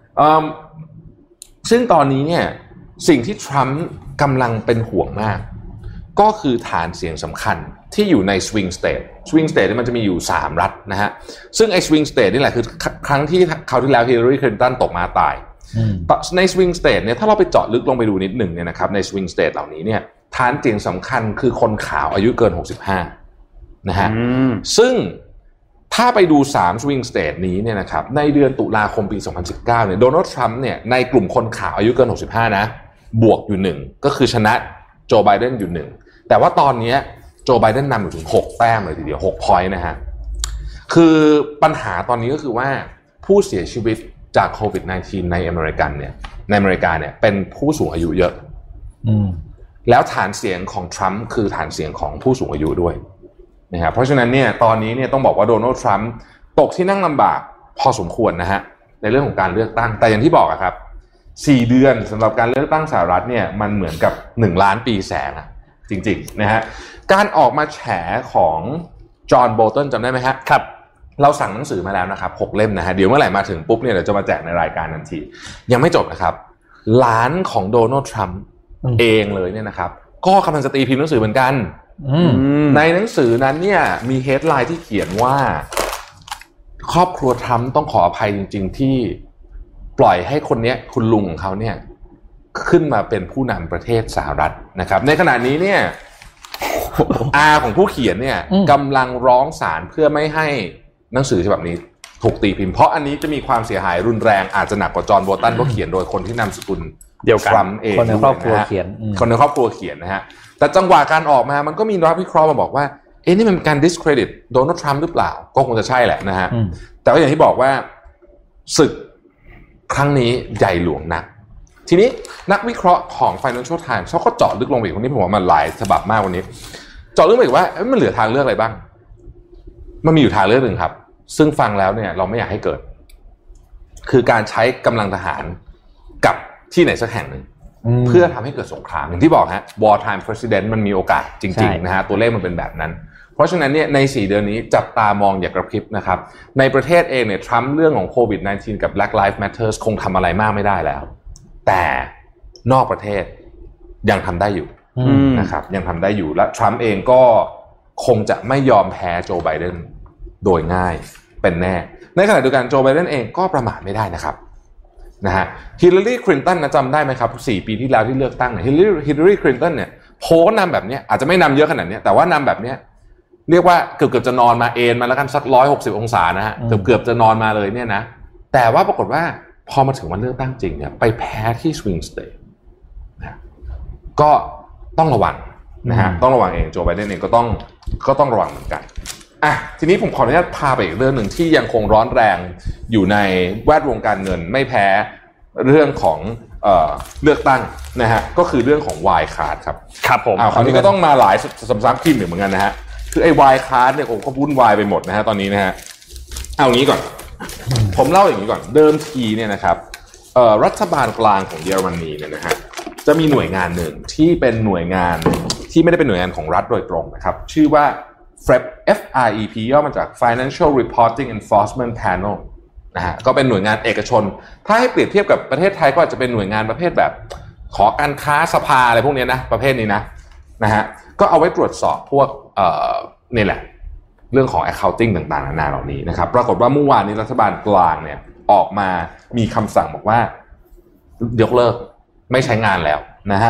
[SPEAKER 3] ซึ่งตอนนี้เนี่ยสิ่งที่ทรัมป์กำลังเป็นห่วงมากก็คือฐานเสียงสำคัญที่อยู่ใน swing state swing state นี่มันจะมีอยู่สามรัฐนะฮะซึ่งไอ้ swing state นี่แหละคือครั้งที่คราวที่แล้วฮิลลารีคลินตันตกมาตายใน swing state เนี่ยถ้าเราไปเจาะลึกลงไปดูนิดหนึ่งเนี่ยนะครับใน swing state เหล่านี้เนี่ยฐานเสียงสำคัญคือคนขาวอายุเกินหกสิบห้านะฮะซึ่งถ้าไปดูสาม swing state นี้เนี่ยนะครับในเดือนตุลาคมปีสองพันสิบเก้าเนี่ยโดนัลด์ทรัมป์เนี่ยในกลุ่มคนขาวอายุเกินหกสิบห้านะบวกอยู่หนึ่งก็คือชนะโจไบเดนอยู่หนึ่งแต่ว่าตอนนี้โจไบเดนนำอยู่ถึงหกแต้มเลยทีเดียวหก point นะฮะคือปัญหาตอนนี้ก็คือว่าผู้เสียชีวิตจากโควิด สิบเก้า ในอเมริกันเนี่ยในอเมริกาเนี่ยเป็นผู้สูงอายุเยอะแล้วฐานเสียงของทรัมป์คือฐานเสียงของผู้สูงอายุด้วยนะครับเพราะฉะนั้นเนี่ยตอนนี้เนี่ยต้องบอกว่าโดนัลด์ทรัมป์ตกที่นั่งลำบากพอสมควรนะฮะในเรื่องของการเลือกตั้งแต่อย่างที่บอกอะครับสี่เดือนสำหรับการเลือกตั้งสหรัฐเนี่ยมันเหมือนกับหนึ่งล้านปีแสงอะจริงๆนะฮะการออกมาแฉของจอห์นโบลตันจำได้ไหมฮะครับเราสั่งหนังสือมาแล้วนะครับหกเล่มนะฮะเดี๋ยวเมื่อไหร่มาถึงปุ๊บเนี่ยเดี๋ยวจะมาแจกในรายการทันทียังไม่จบนะครับหลานของโดนัลด์ทรัมป์เองเลยเนี่ยนะครับก็กำลังจะตีพิมพ์หนังสือเหมือนกันในหนังสือนั้นเนี่ยมีเฮดไลน์ที่เขียนว่าครอบครัวทรัมป์ต้องขออภัยจริงๆที่ปล่อยให้คนเนี้ยคุณลุงของเขาเนี่ยขึ้นมาเป็นผู้นำประเทศสหรัฐนะครับในขณะนี้เนี่ยอาของผู้เขียนเนี่ยกำลังร้องศาลเพื่อไม่ให้หนังสือฉบับนี้ถูกตีพิมพ์เพราะอันนี้จะมีความเสียหายรุนแรงอาจจะหนักกว่าจอห์นโบลตันเพราะเขียนโดยคนที่นามสกุล
[SPEAKER 2] เดียวกัน
[SPEAKER 3] เอง
[SPEAKER 4] คนในครอบครัวเขียน
[SPEAKER 3] คนในครอบครัวเขียนนะฮะแต่จังหวะการออกมามันก็มีนักวิเคราะห์มาบอกว่าเอ๊ะนี่มันเป็นการ discredit โดนัลด์ทรัมป์หรือเปล่าก็คงจะใช่แหละนะฮะแต่ก็อย่างที่บอกว่าศึกครั้งนี้ใหญ่หลวงนักทีนี้นักวิเคราะห์ของ Financial Times เขาก็เจาะลึกลงไปอีกวันนี้ผมว่ามันหลายฉบับมากวันนี้เจาะลึกไปอีกว่ามันเหลือทางเลือกอะไรบ้างมันมีอยู่ทางเลือกหนึ่งครับซึ่งฟังแล้วเนี่ยเราไม่อยากให้เกิดคือการใช้กำลังทหารกับที่ไหนสักแห่งหนึ่งเพื่อทำให้เกิดสงครามอย่างที่บอกฮะ war time president มันมีโอกาสจริงๆนะฮะตัวเลขมันเป็นแบบนั้นเพราะฉะนั้นเนี่ยในสี่เดือนนี้จับตามองอย่ากระพริบนะครับในประเทศเองเนี่ยทรัมป์เรื่องของโควิด สิบเก้า กับ Black Lives Matter คงทำอะไรมากไม่ได้แล้วแต่นอกประเทศยังทำได้อยู่นะครับยังทำได้อยู่และทรัมป์เองก็คงจะไม่ยอมแพ้โจไบเดนโดยง่ายเป็นแน่ในขณะเดียวกันโจไบเดนเองก็ประมาทไม่ได้นะครับนะฮะฮิลลารีคลินตันนะจำได้ไหมครับสี่ปีที่แล้วที่เลือกตั้งเนี่ยฮิลลารีฮิลลารีคลินตันเนี่ยโพลนำแบบนี้อาจจะไม่นำเยอะขนาดนี้แต่ว่านำแบบนี้เรียกว่าเกือบเกือบจะนอนมาเอนมาแล้วกันสักร้อยหกสิบองศานะฮะเกือบเกือบจะนอนมาเลยเนี่ยนะแต่ว่าปรากฏว่าพอมาถึงวันเลือกตั้งจริงเนี่ยไปแพ้ที่สวิงสเตทนะก็ต้องระวังนะฮะต้องระวังเองโจไบเดนเองก็ต้องก็ต้องระวังเหมือนกันอ่ะทีนี้ผมขออนุญาตพาไปอีกเรื่องหนึ่งที่ยังคงร้อนแรงอยู่ในแวดวงการเงินไม่แพ้เรื่องของเอ่อเลือกตั้งนะฮะก็คือเรื่องของวายคาร์ดครับ
[SPEAKER 2] ครับผม
[SPEAKER 3] อ้าวคราวนี้ก็ต้องมาหลายซ้ำๆพิมพ์เหมือนกันนะฮะคือไอ้วายคาร์ดเนี่ยผมก็วุ่นวายไปหมดนะฮะตอนนี้นะฮะเอางี้ก่อนผมเล่าอย่างนี้ก่อนเดิมทีเนี่ยนะครับเอ่อรัฐบาลกลางของเยอรมนีเนี่ยนะฮะจะมีหน่วยงานหนึ่งที่เป็นหน่วยงานที่ไม่ได้เป็นหน่วยงานของรัฐโดยตรงนะครับชื่อว่า เอฟ อาร์ อี เอฟ อาร์ อี พี ย่อมาจาก Financial Reporting Enforcement Panel นะฮะก็เป็นหน่วยงานเอกชนถ้าให้เปรียบเทียบกับประเทศไทยก็อาจจะเป็นหน่วยงานประเภทแบบขอการค้าสภาอะไรพวกนี้นะประเภทนี้นะนะฮะก็เอาไว้ตรวจสอบพวกเอ่อนี่แหละเรื่องของ accounting ต่างๆนานาเหล่านี้นะครับปรากฏว่าเมื่อวานนี้รัฐบาลกลางเนี่ยออกมามีคำสั่งบอกว่ายกเลิกไม่ใช้งานแล้วนะฮะเป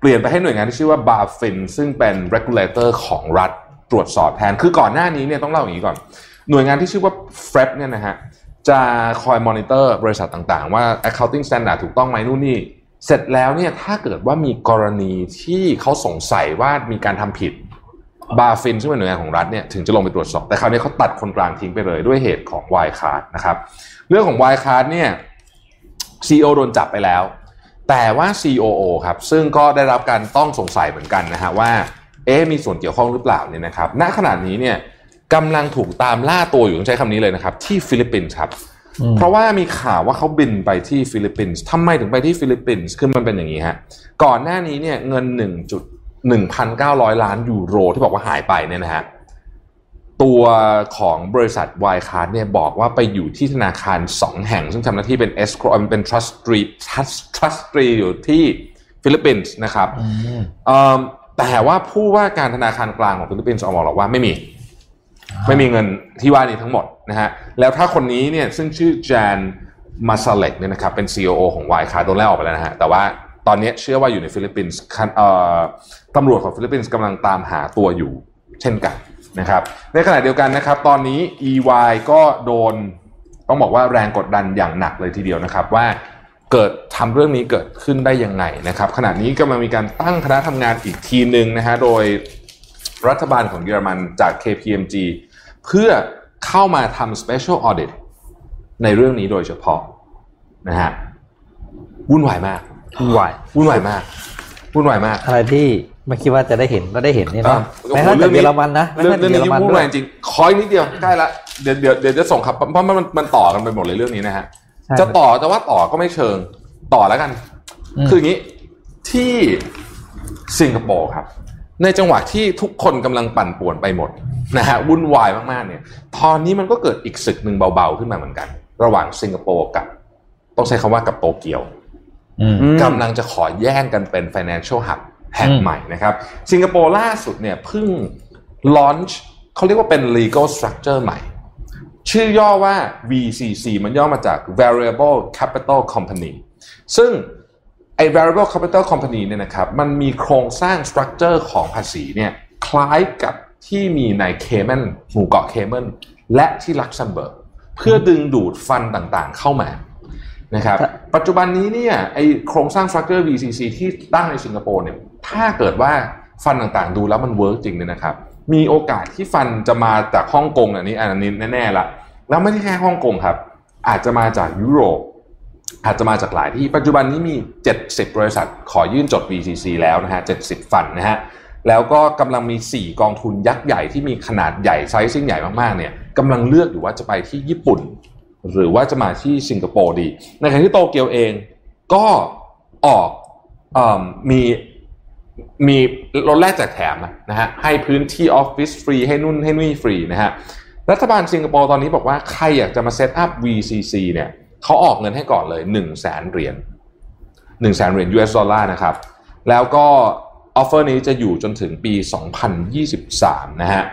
[SPEAKER 3] ปลี่ยนไปให้หน่วยงานที่ชื่อว่า BaFin ซึ่งเป็น regulator ของรัฐตรวจสอบแทนคือก่อนหน้านี้เนี่ยต้องเล่าอย่างนี้ก่อนหน่วยงานที่ชื่อว่า เอฟ อี อี เนี่ยนะฮะจะคอยมอนิเตอร์บริษัทต่างๆว่า accounting standard ถูกต้องไหมนู่นนี่เสร็จแล้วเนี่ยถ้าเกิดว่ามีกรณีที่เขาสงสัยว่ามีการทำผิด BaFin ซึ่งเป็นหน่วยงานของรัฐเนี่ยถึงจะลงไปตรวจสอบแต่คราวนี้เขาตัดคนกลางทิ้งไปเลยด้วยเหตุของ Wirecard นะครับเรื่องของ Wirecard เนี่ย ซี อี โอ โดนจับไปแล้วแต่ว่า ซี โอ โอ ครับซึ่งก็ได้รับการต้องสงสัยเหมือนกันนะฮะว่าเอ๊ะมีส่วนเกี่ยวข้องหรือเปล่าเนี่ยนะครับณขณะนี้เนี่ยกำลังถูกตามล่าตัวอยู่ต้องใช้คำนี้เลยนะครับที่ฟิลิปปินส์ครับเพราะว่ามีข่าวว่าเขาบินไปที่ฟิลิปปินส์ทำไมถึงไปที่ฟิลิปปินส์คือมันเป็นอย่างนี้ฮะก่อนหน้านี้เนี่ยเงิน หนึ่งจุดหนึ่งพันเก้าร้อย ล้านยูโรที่บอกว่าหายไปเนี่ยนะฮะตัวของบริษัท Wirecard เนี่ยบอกว่าไปอยู่ที่ธนาคารสองแห่งซึ่งทำหน้าที่เป็น escrow เป็น trustee trustee อยู่ที่ฟิลิปปินส์นะครับแต่ว่าผู้ว่าการธนาคารกลางของฟิลิปปินส์ออกมาบอกว่าไม่มีไม่มีเงินที่ว่านี้ทั้งหมดนะฮะแล้วถ้าคนนี้เนี่ยซึ่งชื่อแจนมาซาเล็กเนี่ยนะครับเป็น ซี อี โอ ของ Wirecard โดนไล่ออกไปแล้วนะฮะแต่ว่าตอนนี้เชื่อว่าอยู่ในฟิลิปปินส์ตำรวจของฟิลิปปินส์กำลังตามหาตัวอยู่เช่นกันนะครับในขณะเดียวกันนะครับตอนนี้ อี วาย ก็โดนต้องบอกว่าแรงกดดันอย่างหนักเลยทีเดียวนะครับว่าเกิดทำเรื่องนี้เกิดขึ้นได้ยังไงนะครับขณะนี้กำลังมีการตั้งคณะทำงานอีกทีมนึงนะฮะโดยรัฐบาลของเยอรมันจาก เค พี เอ็ม จี เพื่อเข้ามาทำ special audit ในเรื่องนี้โดยเฉพาะนะฮะวุ่นวายมาก
[SPEAKER 2] วุ่นวาย
[SPEAKER 3] วุ่นวายมากวุ่นวายมาก
[SPEAKER 4] อะไรที่ไม่คิดว่าจะได้เห็นก็ได้เห็นนี่นะแม้แต่เยอรมันนะ
[SPEAKER 3] เรื่องนี้วุ่นวายจริงคอยนิดเดียวใกล้ละเดี๋ยวเดี๋ยวเดี๋ยวจะส่งครับเพราะมันมันต่อกันไปหมดเลยเรื่องนี้นะฮะจะต่อแต่ว่าต่อก็ไม่เชิงต่อแล้วกันคืออย่างนี้ที่สิงคโปร์ครับในจังหวะที่ทุกคนกำลังปั่นป่วนไปหมดนะฮะวุ่นวายมากๆเนี่ยตอนนี้มันก็เกิดอีกศึกหนึ่งเบาๆขึ้นมาเหมือนกันระหว่างสิงคโปร์กับต้องใช้คำว่ากับโตเกียวกำลังจะขอแย่งกันเป็น financial hub แห่งใหม่นะครับสิงคโปร์ล่าสุดเนี่ยเพิ่ง launch เขาเรียกว่าเป็น legal structure ใหม่ชื่อย่อว่า วี ซี ซี มันย่อมาจาก variable capital company ซึ่งไอ้ variable capital company เนี่ยนะครับมันมีโครงสร้าง structure ของภาษีเนี่ยคล้ายกับที่มีในเคแมนหมู่เกาะเคแมนและที่ลักเซมเบิร์กเพื่อดึงดูดฟันต่างๆเข้ามานะครับปัจจุบันนี้เนี่ยไอโครงสร้าง structure วี ซี ซี ที่ตั้งในสิงคโปร์เนี่ยถ้าเกิดว่าฟันต่างๆดูแล้วมันเวิร์กจริงเนี่ยนะครับมีโอกาสที่ฟันจะมาจากฮ่องกงอันนี้อันนี้แน่ๆละแล้วไม่ใช่แค่ฮ่องกงครับอาจจะมาจากยุโรปอาจจะมาจากหลายที่ปัจจุบันนี้มีเจ็ดสิบบริษัทขอยื่นจด วี ซี ซี แล้วนะฮะเจ็ดสิบฟันนะฮะแล้วก็กำลังมีสี่กองทุนยักษ์ใหญ่ที่มีขนาดใหญ่ไซซิ่งใหญ่มากๆเนี่ยกำลังเลือกอยู่ว่าจะไปที่ญี่ปุ่นหรือว่าจะมาที่สิงคโปร์ดีในขณะที่โตเกียวเองก็ออกเอ่อมีมีลดแลกแจกแถมนะฮะให้พื้นที่ออฟฟิศฟรีให้นู่นให้นี่ฟรีนะฮะรัฐบาลสิงคโปร์ตอนนี้บอกว่าใครอยากจะมาเซตอัพ วี ซี ซี เนี่ยเขาออกเงินให้ก่อนเลย หนึ่งแสน เหรียญ หนึ่งแสน เหรียญ ยู เอส ดอลลาร์นะครับแล้วก็ออฟเฟอร์นี้จะอยู่จนถึงปีสองพันยี่สิบสามนะฮะ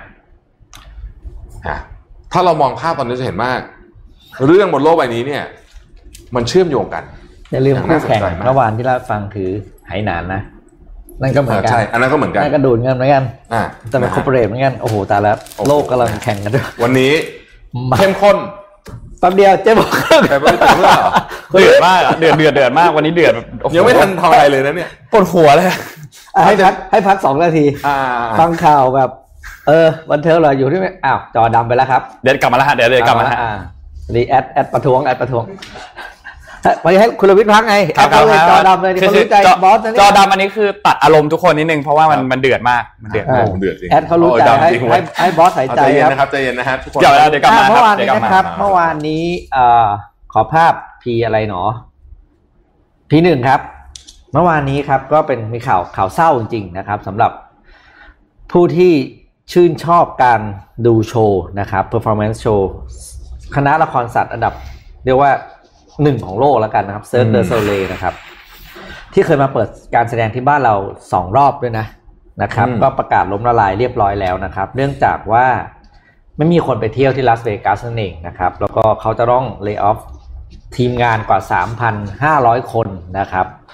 [SPEAKER 3] ถ้าเรามองภาพตอนนี้จะเห็นว่าเรื่องบนโลกใบนี้เนี่ยมันเชื่อมโยงกัน
[SPEAKER 4] อย่าลืมคู่แข่งเมื่อวานที่เราฟังคือไหหนานนะนั่นก็เหมือนกัน
[SPEAKER 3] ใช่อันนั้นก็เหมือนกัน
[SPEAKER 4] นั่นก็ดูดเงินเหมือนกันแต่เป็นคอร์ปอเรทเหมือนกันโอ้โหตายแล้วโลกกำลังแข่งกันด้วย
[SPEAKER 3] วันนี้เข้มข้น
[SPEAKER 4] แป๊บเดียวเจ๊บอก
[SPEAKER 3] แต่ไม่ถึงเมื่อ
[SPEAKER 2] เดือดมากเดือดเดือดเดือดมากวันนี้เดือด
[SPEAKER 3] ยังไม่ทันทำอะไรเลยนะเนี่ย
[SPEAKER 2] ปวดหัวเลย
[SPEAKER 4] ให้พักให้พักสองนาทีฟังข่าวแบบเออวันเทอร์เราอยู่ที่อ้าวจอดำไปแล้วครับ
[SPEAKER 2] เดี๋ยวกลับมาแล้วฮะเดี๋ยวเดี๋ยวกลับมาฮะ
[SPEAKER 4] รีแอดแอดประท้วงแอดประท้วงไปให้คุณรวิทย์พักไงแอดเลยจอดำเลยเขารู้ใจบอส
[SPEAKER 2] จอดำอันนี้คือตัดอารมณ์ทุกคนนิดนึงเพราะว่ามันมันเดือดมากมันเดือด
[SPEAKER 3] เดือดจริง
[SPEAKER 4] แอดเขารู้ใจให้ให้ให้บอสหายใจ
[SPEAKER 3] ครับใจเย็นนะครับทุกคน
[SPEAKER 2] เดี๋ยวเดี๋ยวกลับมา
[SPEAKER 4] เมื่อวานนี้นะครับเมื่อวานนี้เอ่อขอภาพ P อะไรหนอ พี หนึ่ง ครับเมื่อวานนี้ครับก็เป็นมีข่าวข่าวเศร้าจริงๆนะครับสำหรับผู้ที่ชื่นชอบการดูโชว์นะครับ performance show คณะละครสัตว์อันดับเรียกว่าหนึ่งของโลกแล้วกันนะครับ Cirque du Soleil นะครับที่เคยมาเปิดการแสดงที่บ้านเราสองรอบด้วยนะนะครับก็ประกาศล้มละลายเรียบร้อยแล้วนะครับเนื่องจากว่าไม่มีคนไปเที่ยวที่ลาสเวกัสนั่นเองนะครับแล้วก็เขาจะต้องเลย์ออฟทีมงานกว่า สามพันห้าร้อย คนนะครับ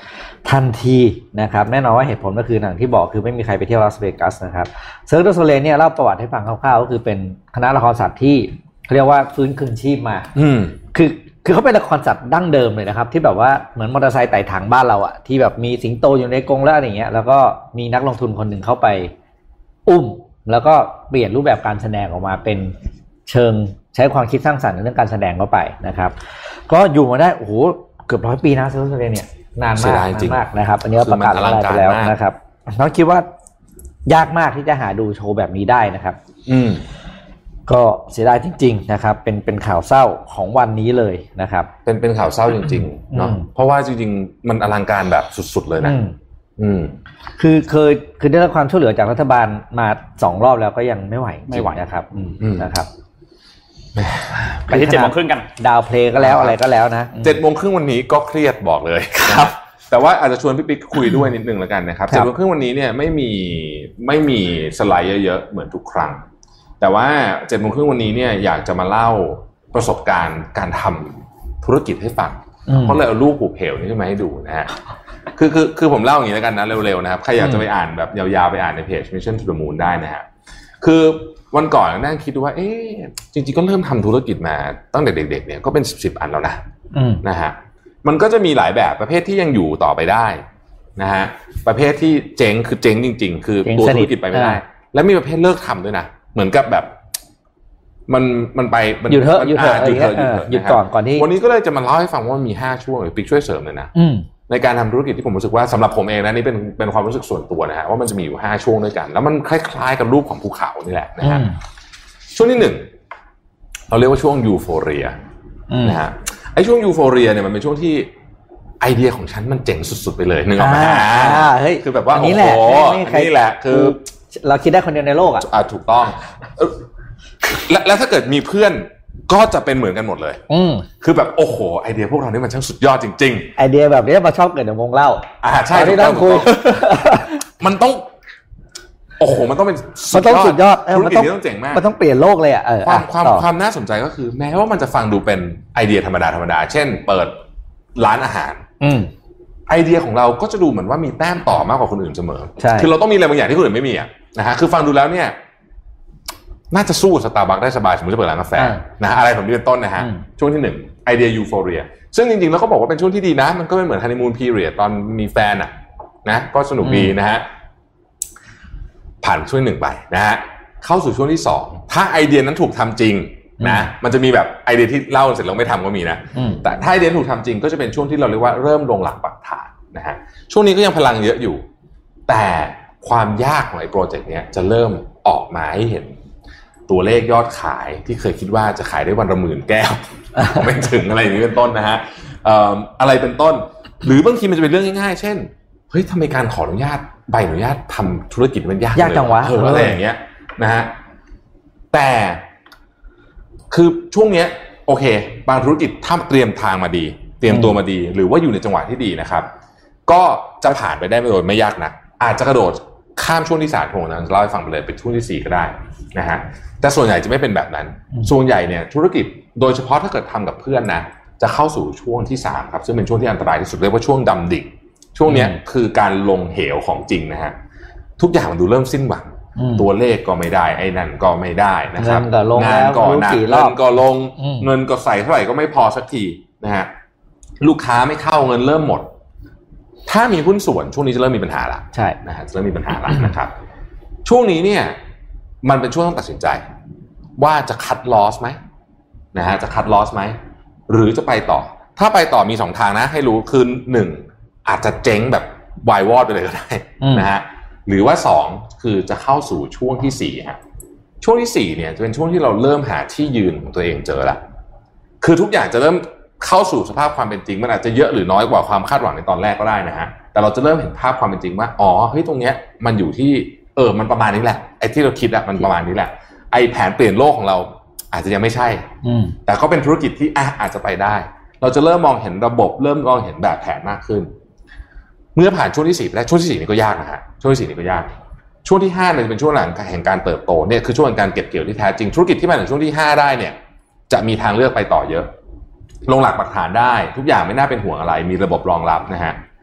[SPEAKER 4] ทันทีนะครับแน่นอนว่าเหตุผลก็คืออย่างที่บอกคือไม่มีใครไปเที่ยวลาสเวกัสนะครับเซิร์ก ดู โซเลย์เนี่ยเล่าประวัติให้ฟังคร่าวๆก็คือเป็นคณะละครสัตว์ที่เขาเรียกว่าฟื้นคืนชีพมา
[SPEAKER 3] อืม
[SPEAKER 4] คือคือเขาเป็นละครสัตว์ดั้งเดิมเลยนะครับที่แบบว่าเหมือนมอเตอร์ไซค์ไต่ถังบ้านเราอะที่แบบมีสิงโตอยู่ในกรงแล้วอะไรเงี้ยแล้วก็มีนักลงทุนคนหนึ่งเข้าไปอุ้มแล้วก็เปลี่ยนรูปแบบการแสดงออกมาเป็นเชิงใช้ความคิดสร้างสรรค์ในเรื่องการแสดงเข้าไปนะครับก็อยู่มาได้โอ้โหเกือบร้อยปีนะเซิร์ก ดู โซเลย์เนี่ยนานมากนานมากนะครับอันนี้ประกาศอะไรไปแล้วนะครับน้องคิดว่ายากมากที่จะหาดูโชว์แบบนี้ได้นะครับ
[SPEAKER 3] อืม
[SPEAKER 4] ก็เสียดายจริงๆนะครับเป็นเป็นข่าวเศร้าของวันนี้เลยนะครับ
[SPEAKER 3] เป็นเป็นข่าวเศร้าจริงๆเนาะเพราะว่าจริงๆมันอลังการแบบสุดๆเลยนะอืม
[SPEAKER 4] คือเคยคือได้รับความช่วยเหลือจากรัฐบาลมาสองรอบแล้วก็ยังไม่ไหว
[SPEAKER 2] ไม่ไหว
[SPEAKER 4] นะครับนะครับ
[SPEAKER 2] ไปที่เจ็ดโมงครึ่งกัน
[SPEAKER 4] ดาวเพลงก็แล้วอะไรก็แล้วนะ
[SPEAKER 3] เจ็ดโมงครึ่งวันนี้ก็เครียดบอกเลยครับแต่ว่าอาจจะชวนพี่ปิ๊กคุยด้วยนิดนึงแล้วกันนะครับเจ็ดโมงครึ่งวันนี้เนี่ยไม่มีไม่มีสไลด์เยอะๆเหมือนทุกครั้งแต่ว่าเจ็ดโมงครึ่งวันนี้เนี่ยอยากจะมาเล่าประสบการณ์การทำธุรกิจให้ฟังเพราะเลยเอารูปผูกเหวนี้ขึ้นมาให้ดูนะฮะคือคือคือผมเล่าอย่างนี้แล้วกันนะเร็วๆนะครับใครอยากจะไปอ่านแบบยาวๆไปอ่านในเพจ Mission to the Moon ได้นะฮะคือวันก่อนนั่งคิดดูว่าเอ๊ะจริงๆก็เริ่มทำธุรกิจมาตั้งแต่เด็กๆเนี่ยก็เป็นสิบๆอันแล้วนะนะฮะมันก็จะมีหลายแบบประเภทที่ยังอยู่ต่อไปได้นะฮะประเภทที่เจ๊งคือเจ๊งจริงๆคือตัวธุรกิจไปไม่ได้แล้วมีประเภทเลิกทำด้วยนะเหมือนกับแบบมันมันไป
[SPEAKER 4] หยุดเถอะหยุดเถอะหยุดเถอะหยุดก่อนก่อนที่
[SPEAKER 3] วันนี้ก็เลยจะมาเล่าให้ฟังว่ามันมีห้าช่วงปิ๊กช่วยเสริมเลยนะในการทำธุรกิจที่ผมรู้สึกว่าสำหรับผมเองนะนี่เป็นเป็นความรู้สึกส่วนตัวนะฮะว่ามันจะมีอยู่ห้าช่วงด้วยกันแล้วมันคล้ายๆกับรูปของภูเขานี่แหละนะฮะช่วงที่หนึ่งเราเรียกว่าช่วงยูโฟเรียนะฮะไอ้ช่วงยูโฟเรียเนี่ยมันเป็นช่วงที่ไอเดียของฉันมันเจ๋งสุดๆไปเลยนึกออกไหมคือแบบว่าโอ้โหนี่แหละคือ
[SPEAKER 4] เราคิดได้คนเดียวในโลกอ่ะ
[SPEAKER 3] อ่าถูกต้องและแล้วถ้าเกิดมีเพื่อนก็จะเป็นเหมือนกันหมดเลย
[SPEAKER 4] อืม
[SPEAKER 3] คือแบบโอ้โหไอเดียพวกเรานี่มันช่างสุดยอดจริง
[SPEAKER 4] ๆไอเดียแบบนี้มาชอบเกิดในวงเล่า
[SPEAKER 3] อ่าใช่ที่ต้องคุยมันต้องโอ้โหมันต้องเป็น
[SPEAKER 4] มันต้องสุดยอด
[SPEAKER 3] ธุรกิจนี้ต้องเจ๋งมาก
[SPEAKER 4] มันต้องเปลี่ยนโลกเลยอ่ะเออ
[SPEAKER 3] ความความความน่าสนใจก็คือแม้ว่ามันจะฟังดูเป็นไอเดียธรรมดาธรรมดาเช่นเปิดร้านอาหาร
[SPEAKER 4] อืม
[SPEAKER 3] ไอเดียของเราก็จะดูเหมือนว่ามีแต้มต่อมากกว่าคนอื่นเสมอ
[SPEAKER 4] ใช่
[SPEAKER 3] คือเราต้องมีอะไรบางอย่างที่คนอื่นไม่มีอ่ะนะฮะคือฟังดูแล้วเนี่ยน่าจะสู้สตาร์บัคได้สบายสมมติจะเปิดร้านกาแฟนะอะไรแบบนี้เป็นต้นนะฮะช่วงที่หนึ่งไอเดียยูโฟเรียซึ่งจริงๆแล้วเขาบอกว่าเป็นช่วงที่ดีนะมันก็เป็นเหมือนฮันนีมูนพีเรียดตอนมีแฟนอ่ะนะก็สนุกดีนะฮะผ่านช่วงหนึ่งไปนะฮะเข้าสู่ช่วงที่สองถ้าไอเดียนั้นถูกทำจริงนะมันจะมีแบบไอเดียที่เล่าเสร็จแล้วไม่ทำก็มีนะแต่ถ้าไอเดียถูกทำจริงก็จะเป็นช่วงที่เราเรียกว่าเริ่มลงหลักปักฐานนะฮะช่วงนี้ก็ยังพลังเยอะอยู่แต่ความยากของไอ้โปรเจกต์เนี้ยจะเริ่มออกมาให้เห็นตัวเลขยอดขายที่เคยคิดว่าจะขายได้วันละหมื่นแก้วไม่ถึงอะไรอย่างนี้เป็นต้นนะฮะ เอ่อ อะไรเป็นต้นหรือบางทีมันจะเป็นเรื่องง่ายๆเช่นเฮ้ยทำไมการขออนุญาตใบอนุญาตทำธุรกิจมันยาก
[SPEAKER 4] ยากจังวะ
[SPEAKER 3] เอออะไรอย่างเงี้ยนะฮะแต่คือช่วงเนี้ยโอเคบางธุรกิจถ้าเตรียมทางมาดีเตรียมตัวมาดีหรือว่าอยู่ในจังหวะที่ดีนะครับก็จะผ่านไปได้โดยไม่ยากนักอาจจะกระโดดข้ามช่วงที่สามของนั้นเล่าให้ฟังไปเลยไปช่วงที่สี่ก็ได้นะฮะแต่ส่วนใหญ่จะไม่เป็นแบบนั้นส่วนใหญ่เนี่ยธุรกิจโดยเฉพาะถ้าเกิดทำกับเพื่อนนะจะเข้าสู่ช่วงที่สามครับซึ่งเป็นช่วงที่อันตรายที่สุดเรียกว่าช่วงดำดิ่งช่วงนี้คือการลงเหวของจริงนะฮะทุกอย่างมันดูเริ่มสิ้นหวังตัวเลขก็ไม่ได้ไอ้นั่นก็ไม่ได้นะครับงานก็หนักเงินก็ลงเงินก็ใส่เท่าไหร่ก็ไม่พอสักทีนะฮะลูกค้าไม่เข้าเงินเริ่มหมดถ้ามีหุ้นส่วนช่วงนี้จะเริ่มมีปัญหาละ
[SPEAKER 4] ใช่
[SPEAKER 3] นะฮะจะเริ่มมีปัญหาละนะครับช่วงนี้เนี่ยมันเป็นช่วงต้องตัดสินใจว่าจะคัดลอสไหมนะฮะจะคัดลอสไหมหรือจะไปต่อถ้าไปต่อมีสองทางนะให้รู้คือหนึ่งอาจจะเจ๊งแบบวายวอดไปเลยก็ได้นะฮะหรือว่าสองคือจะเข้าสู่ช่วงที่สี่ฮะช่วงที่สี่เนี่ยจะเป็นช่วงที่เราเริ่มหาที่ยืนของตัวเองเจอละคือทุกอย่างจะเริ่มเข้าสู่สภาพความเป็นจริงมันอาจจะเยอะหรือน้อยกว่าความคาดหวังในตอนแรกก็ได้นะฮะแต่เราจะเริ่มเห็นภาพความเป็นจริงว่าอ๋อเฮ้ยตรงเนี้ยมันอยู่ที่เออมันประมาณนี้แหละไอ้ที่เราคิดอะมันประมาณนี้แหละไอ้แผนเปลี่ยนโลกของเราอาจจะยังไม่ใช่แต่ก็เป็นธุรกิจที่อ่ะอาจจะไปได้เราจะเริ่มมองเห็นระบบเริ่มมองเห็นแบบแผนมากขึ้นเมื่อผ่านช่วงที่สี่ไปแล้วช่วงที่สี่นี่ก็ยากนะฮะช่วงที่สี่นี่ก็ยากช่วงที่ห้าเนี่ยจะเป็นช่วงหลังแห่งการเติบโตเนี่ยคือช่วงการเก็บเกี่ยวที่แท้จริงธุรกิจที่มาถึงช่วงที่ห้าได้เนี่ยจะมีทางเลือกไปต่อเยอะลงหลักปักฐานได้ทุกอย่างไม่น่าเป็นห่วงอะไรมีระบบรองรับนะฮะ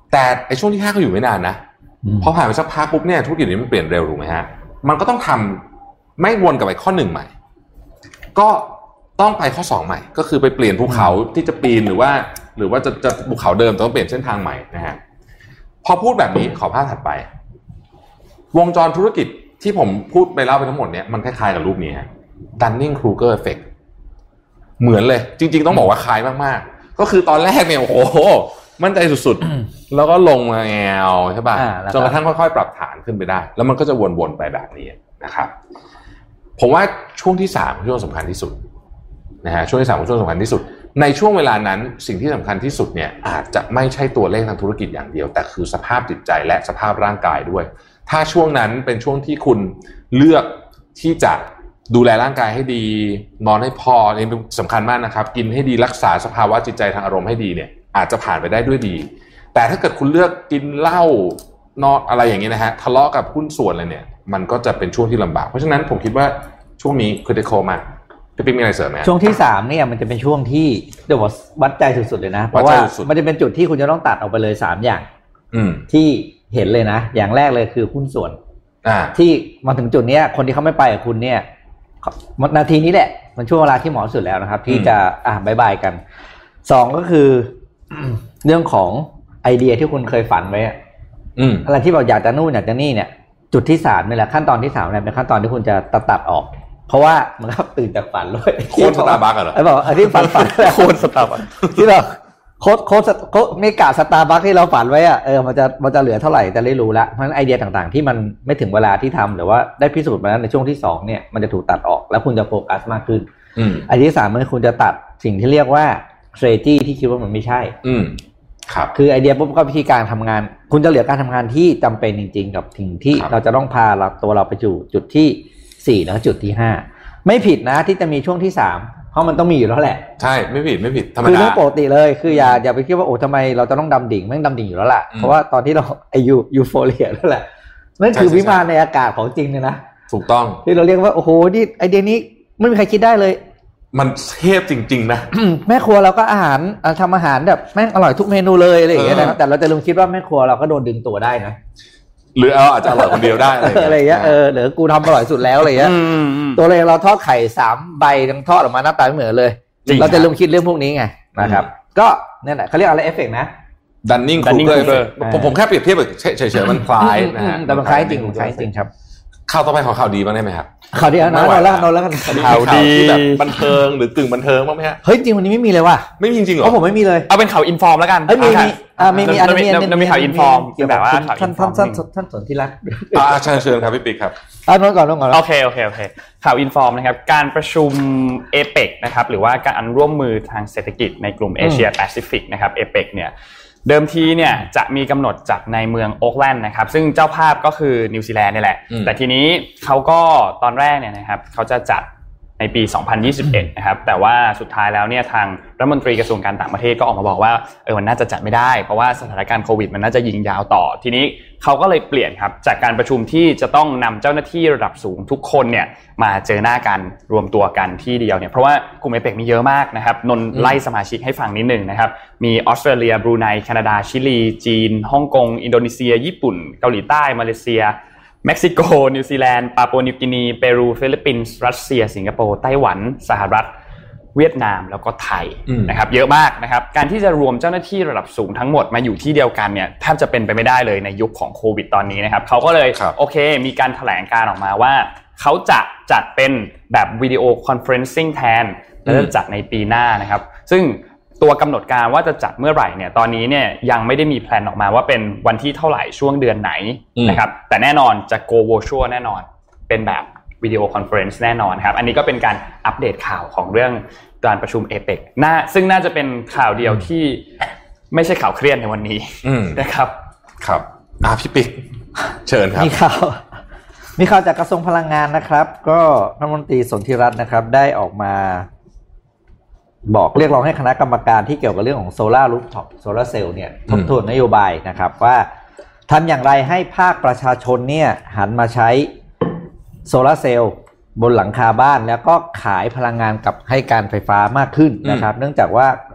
[SPEAKER 3] แต่ไอ้ช่วงที่ห้าก็อยู่ไม่นานนะพอผ่านไปสักพักปุ๊บเนี่ยธุรกิจนี้มันเปลี่ยนเร็วถูกไหมฮะมันก็ต้องทำไม่วนกับไอ้ข้อหนึ่งใหม่ก็ต้องไปข้อสองใหม่ก็คือไปเปลี่ยนภูเขาที่จะปีนหรือว่าหรือว่าจะจะภูเขาเดิมต้องเปลี่ยนเส้นทางใหม่นะฮะพอพูดแบบนี้ขอภาพถัดไปวงจรธุรกิจที่ผมพูดไปเล่าไปทั้งหมดเนี่ยมันคล้ายๆกับรูปนี้ฮะ Dunning-Kruger effect เหมือนเลยจริงๆต้องบอกว่าคล้ายมากๆก็คือตอนแรกเนี่ยโอ้โหมั่นใจสุดๆแล้วก็ลงมาแอวใช่ป่ะจนกระทั่งค่อยๆปรับฐานขึ้นไปได้แล้วมันก็จะวนๆไปแบบนี้นะครับผมว่าช่วงที่สามช่วงสำคัญที่สุดนะฮะช่วงที่สามช่วงสำคัญที่สุดในช่วงเวลานั้นสิ่งที่สำคัญที่สุดเนี่ยอาจจะไม่ใช่ตัวเลขทางธุรกิจอย่างเดียวแต่คือสภาพจิตใจและสภาพร่างกายด้วยถ้าช่วงนั้นเป็นช่วงที่คุณเลือกที่จะดูแลร่างกายให้ดีนอนให้พอนี่สำคัญมากนะครับกินให้ดีรักษาสภาวะจิตใจทางอารมณ์ให้ดีเนี่ยอาจจะผ่านไปได้ด้วยดีแต่ถ้าเกิดคุณเลือกกินเหล้านอนอะไรอย่างนี้นะฮะทะเลาะกับหุ้นส่วนอะไรเนี่ยมันก็จะเป็นช่วงที่ลำบากเพราะฉะนั้นผมคิดว่าช่วงนี้คือเดโคมากพี่ปิ๊กมีอะไรเสริมไหม
[SPEAKER 4] ช่วงที่สามเนี่ยมันจะเป็นช่วงที่เดี๋ยววัดใจสุดๆเลยนะเพราะว่ามันจะเป็นจุดที่คุณจะต้องตัดออกไปเลยสามอย่างที่เห็นเลยนะอย่างแรกเลยคือหุ้นส่วนที่มาถึงจุดนี้คนที่เขาไม่ไปกับคุณเนี่ยนาทีนี้แหละมันช่วงเวลาที่เหมาะสุดแล้วนะครับที่จะอ่ะบายบายกันสองก็คือเรื่องของไอเดียที่คุณเคยฝันไว้อะไรที่บอกอยากจะนู่นอยากจะนี่เนี่ยจุดที่สามนี่แหละขั้นตอนที่สามเนี่ยเป็นขั้นตอนที่คุณจะตัดตัดออกเพราะว่ามันก็ตื่นจากฝันเลย
[SPEAKER 3] โค้ดสตาร์บัคเหรอ
[SPEAKER 4] ไอ้บอกไอ้ที่ฝันฝันโค้ดสตาร์บัคที่แบบโค้ดโค้ดโค้ดเมกะสตาร์บัคที่เราฝันไว้อะเออมันจะมันจะเหลือเท่าไหร่จะได้รู้ละเพราะฉะนั้นไอเดียต่างๆที่มันไม่ถึงเวลาที่ทำหรือว่าได้พิสูจน์มาแล้วในช่วงที่สองเนี่ยมันจะถูกตัดออกแล้วคุณจะโฟกัสมากขึ้นไอเดียที่สามมันคุณจะตัดสิ่งที่เรียกว่า strategy ที่คิดว่ามันไม่ใช่
[SPEAKER 3] ครับ
[SPEAKER 4] คือไอเดียปุ๊บก็วิธีการทำงานคุณจะเหลือการทำงานที่จำเป็นจริงๆกับสิ่งที่เราจะต้องพาเราตัวเราไปสู่จุดที่สี่แล้วจุดที่ห้าไม่ผิดนะที่จะมีช่วงที่สามเพราะมันต้องมีอยู่แล้วแหละ
[SPEAKER 3] ใช่ไม่ผิดไม่ผิดธรรมดา
[SPEAKER 4] คือเรื่องปกติเลยคืออย่าอย่าไปคิดว่าโอ้ทำไมเราจะต้องดำดิ่งแม่งดำดิ่งอยู่แล้วล่ะเพราะว่าตอนที่เราไอยูยูโฟเรียนั่นแหละนั่นคือวิมานในอากาศของจริงเลยนะ
[SPEAKER 3] ถูกต้อง
[SPEAKER 4] ที่เราเรียกว่าโอ้โหนี่ไอเดียนี้ไม่มีใครคิดได้เลย
[SPEAKER 3] มันเทพจริงๆนะ
[SPEAKER 4] แม่ครัวเราก็อาหารทำอาหารแบบแม่งอร่อยทุกเมนูเลยอะไรอย่างเงี้ยนะแต่เราจะลืมคิดว่าแม่ครัวเราก็โดนดึงตัวได้นะ
[SPEAKER 3] หรือเอาอาจจะอร่อยคนเดียวได้
[SPEAKER 4] อะไรอย่างเงี้ยเออหรือกูทำอร่อยสุดแล้วอะไรอย่างเงี้ยตัวเลยเราทอดไข่สามใบทั้งทอดออกมาหน้าตาไม่เหมือนเลยเราจะลืมคิดเรื่องพวกนี้ไงนะครับก็เนี่ยแหละเขาเรียกอะไรเอฟเฟกต์นะ
[SPEAKER 3] Dunning-Kruger ผมผมแค่เปรียบเทียบแบบเฉยๆมันคล้ายนะฮะ
[SPEAKER 4] แต่มันคล้ายจริงคล้ายจริงครับ
[SPEAKER 3] ข่าวต่อไปขอข่าวดีบ้างได้ไหมครับ
[SPEAKER 4] ข่าวดีนะนอนแล้วนอนแล้วกัน
[SPEAKER 3] ข่าวดีแบบบันเทิงหรือกึ่งบันเทิงบ้างไหมฮะ
[SPEAKER 4] เฮ้ยจริงวันนี้ไม่มีเลยว่ะ
[SPEAKER 3] ไม่มีจริงเหรอ
[SPEAKER 4] เพราะผมไม่มีเลย
[SPEAKER 2] เอาเป็นข่าวอินฟอร์มแล้วกัน
[SPEAKER 4] เฮ้ยมีมีอ่ามีมีอันนี้
[SPEAKER 2] มีข่าวอินฟอร์มแบบว่า
[SPEAKER 4] ท่านท่านท่านท่านสนธิรัตน์
[SPEAKER 3] อ่าเชิญเชิญครับพี่ปิ๊กครับ
[SPEAKER 4] อ่านอนก่อนนอนก่อน
[SPEAKER 2] โอเคโอเคโอเคข่าวอินฟอร์มนะครับการประชุม เอ เปค นะครับหรือว่าการร่วมมือทางเศรษฐกิจในกลุ่มเอเชียแปซิฟิกนะครับ เอ เปค เนี่ยเดิมทีเนี่ยจะมีกำหนดจัดในเมืองโอ๊คแลนด์นะครับซึ่งเจ้าภาพก็คือนิวซีแลนด์นี่แหละแต่ทีนี้เขาก็ตอนแรกเนี่ยนะครับเขาจะจัดในปีสองพันยี่สิบเอ็ดนะครับแต่ว่าสุดท้ายแล้วเนี่ยทางรัฐมนตรีกระทรวงการต่างประเทศก็ออกมาบอกว่าเออมันน่าจะจัดไม่ได้เพราะว่าสถานการณ์โควิดมันน่าจะยิงยาวต่อทีนี้เขาก็เลยเปลี่ยนครับจากการประชุมที่จะต้องนำเจ้าหน้าที่ระดับสูงทุกคนเนี่ยมาเจอหน้ากันรวมตัวกันที่เดียวเนี่ยเพราะว่ากลุ่ม เอ เปค มีเยอะมากนะครับนนไล่สมาชิกให้ฟังนิดนึงนะครับมีออสเตรเลียบรูไนแคนาดาชิลีจีนฮ่องกงอินโดนีเซียญี่ปุ่นเกาหลีใต้มาเลเซียเม็กซิโกนิวซีแลนด์ปาปัวนิวกินีเปรูฟิลิปปินส์รัสเซียสิงคโปร์ไต้หวันสหรัฐเวียดนามแล้วก็ไทยนะครับเยอะมากนะครับการที่จะรวมเจ้าหน้าที่ระดับสูงทั้งหมดมาอยู่ที่เดียวกันเนี่ยแทบจะเป็นไปไม่ได้เลยในยุคของโควิดตอนนี้นะครับเขาก็เลยโอเคมีการแถลงการออกมาว่าเขาจะจัดเป็นแบบวิดีโอคอนเฟอเรนซิ่งแทนและจะจัดในปีหน้านะครับซึ่งตัวกำหนดการว่าจะจัดเมื่อไหร่เนี่ยตอนนี้เนี่ยยังไม่ได้มีแพลนออกมาว่าเป็นวันที่เท่าไหร่ช่วงเดือนไหนนะครับแต่แน่นอนจะ go virtual แน่นอนเป็นแบบวิดีโอคอนเฟอเรนซ์แน่นอนครับอันนี้ก็เป็นการอัปเดตข่าวของเรื่องการประชุม เอ เปค น่าซึ่งน่าจะเป็นข่าวเดียวที่ไม่ใช่ข่าวเครียดในวันนี้นะครับ
[SPEAKER 3] ครับอ่ะพี่ปิ๊กเชิญครับ
[SPEAKER 4] มีข่าวมีข่าวจากกระทรวงพลังงานนะครับก็รัฐมนตรีสนธิรัตน์นะครับได้ออกมาบอกเรียกร้องให้คณะกรรมการที่เกี่ยวกับเรื่องของโซล่ารูฟท็อปโซล่าเซลล์เนี่ยทบทวนนโยบายนะครับว่าทำอย่างไรให้ภาคประชาชนเนี่ยหันมาใช้โซล่าเซลล์บนหลังคาบ้านแล้วก็ขายพลังงานกับให้การไฟฟ้ามากขึ้นนะครับเนื่องจากว่า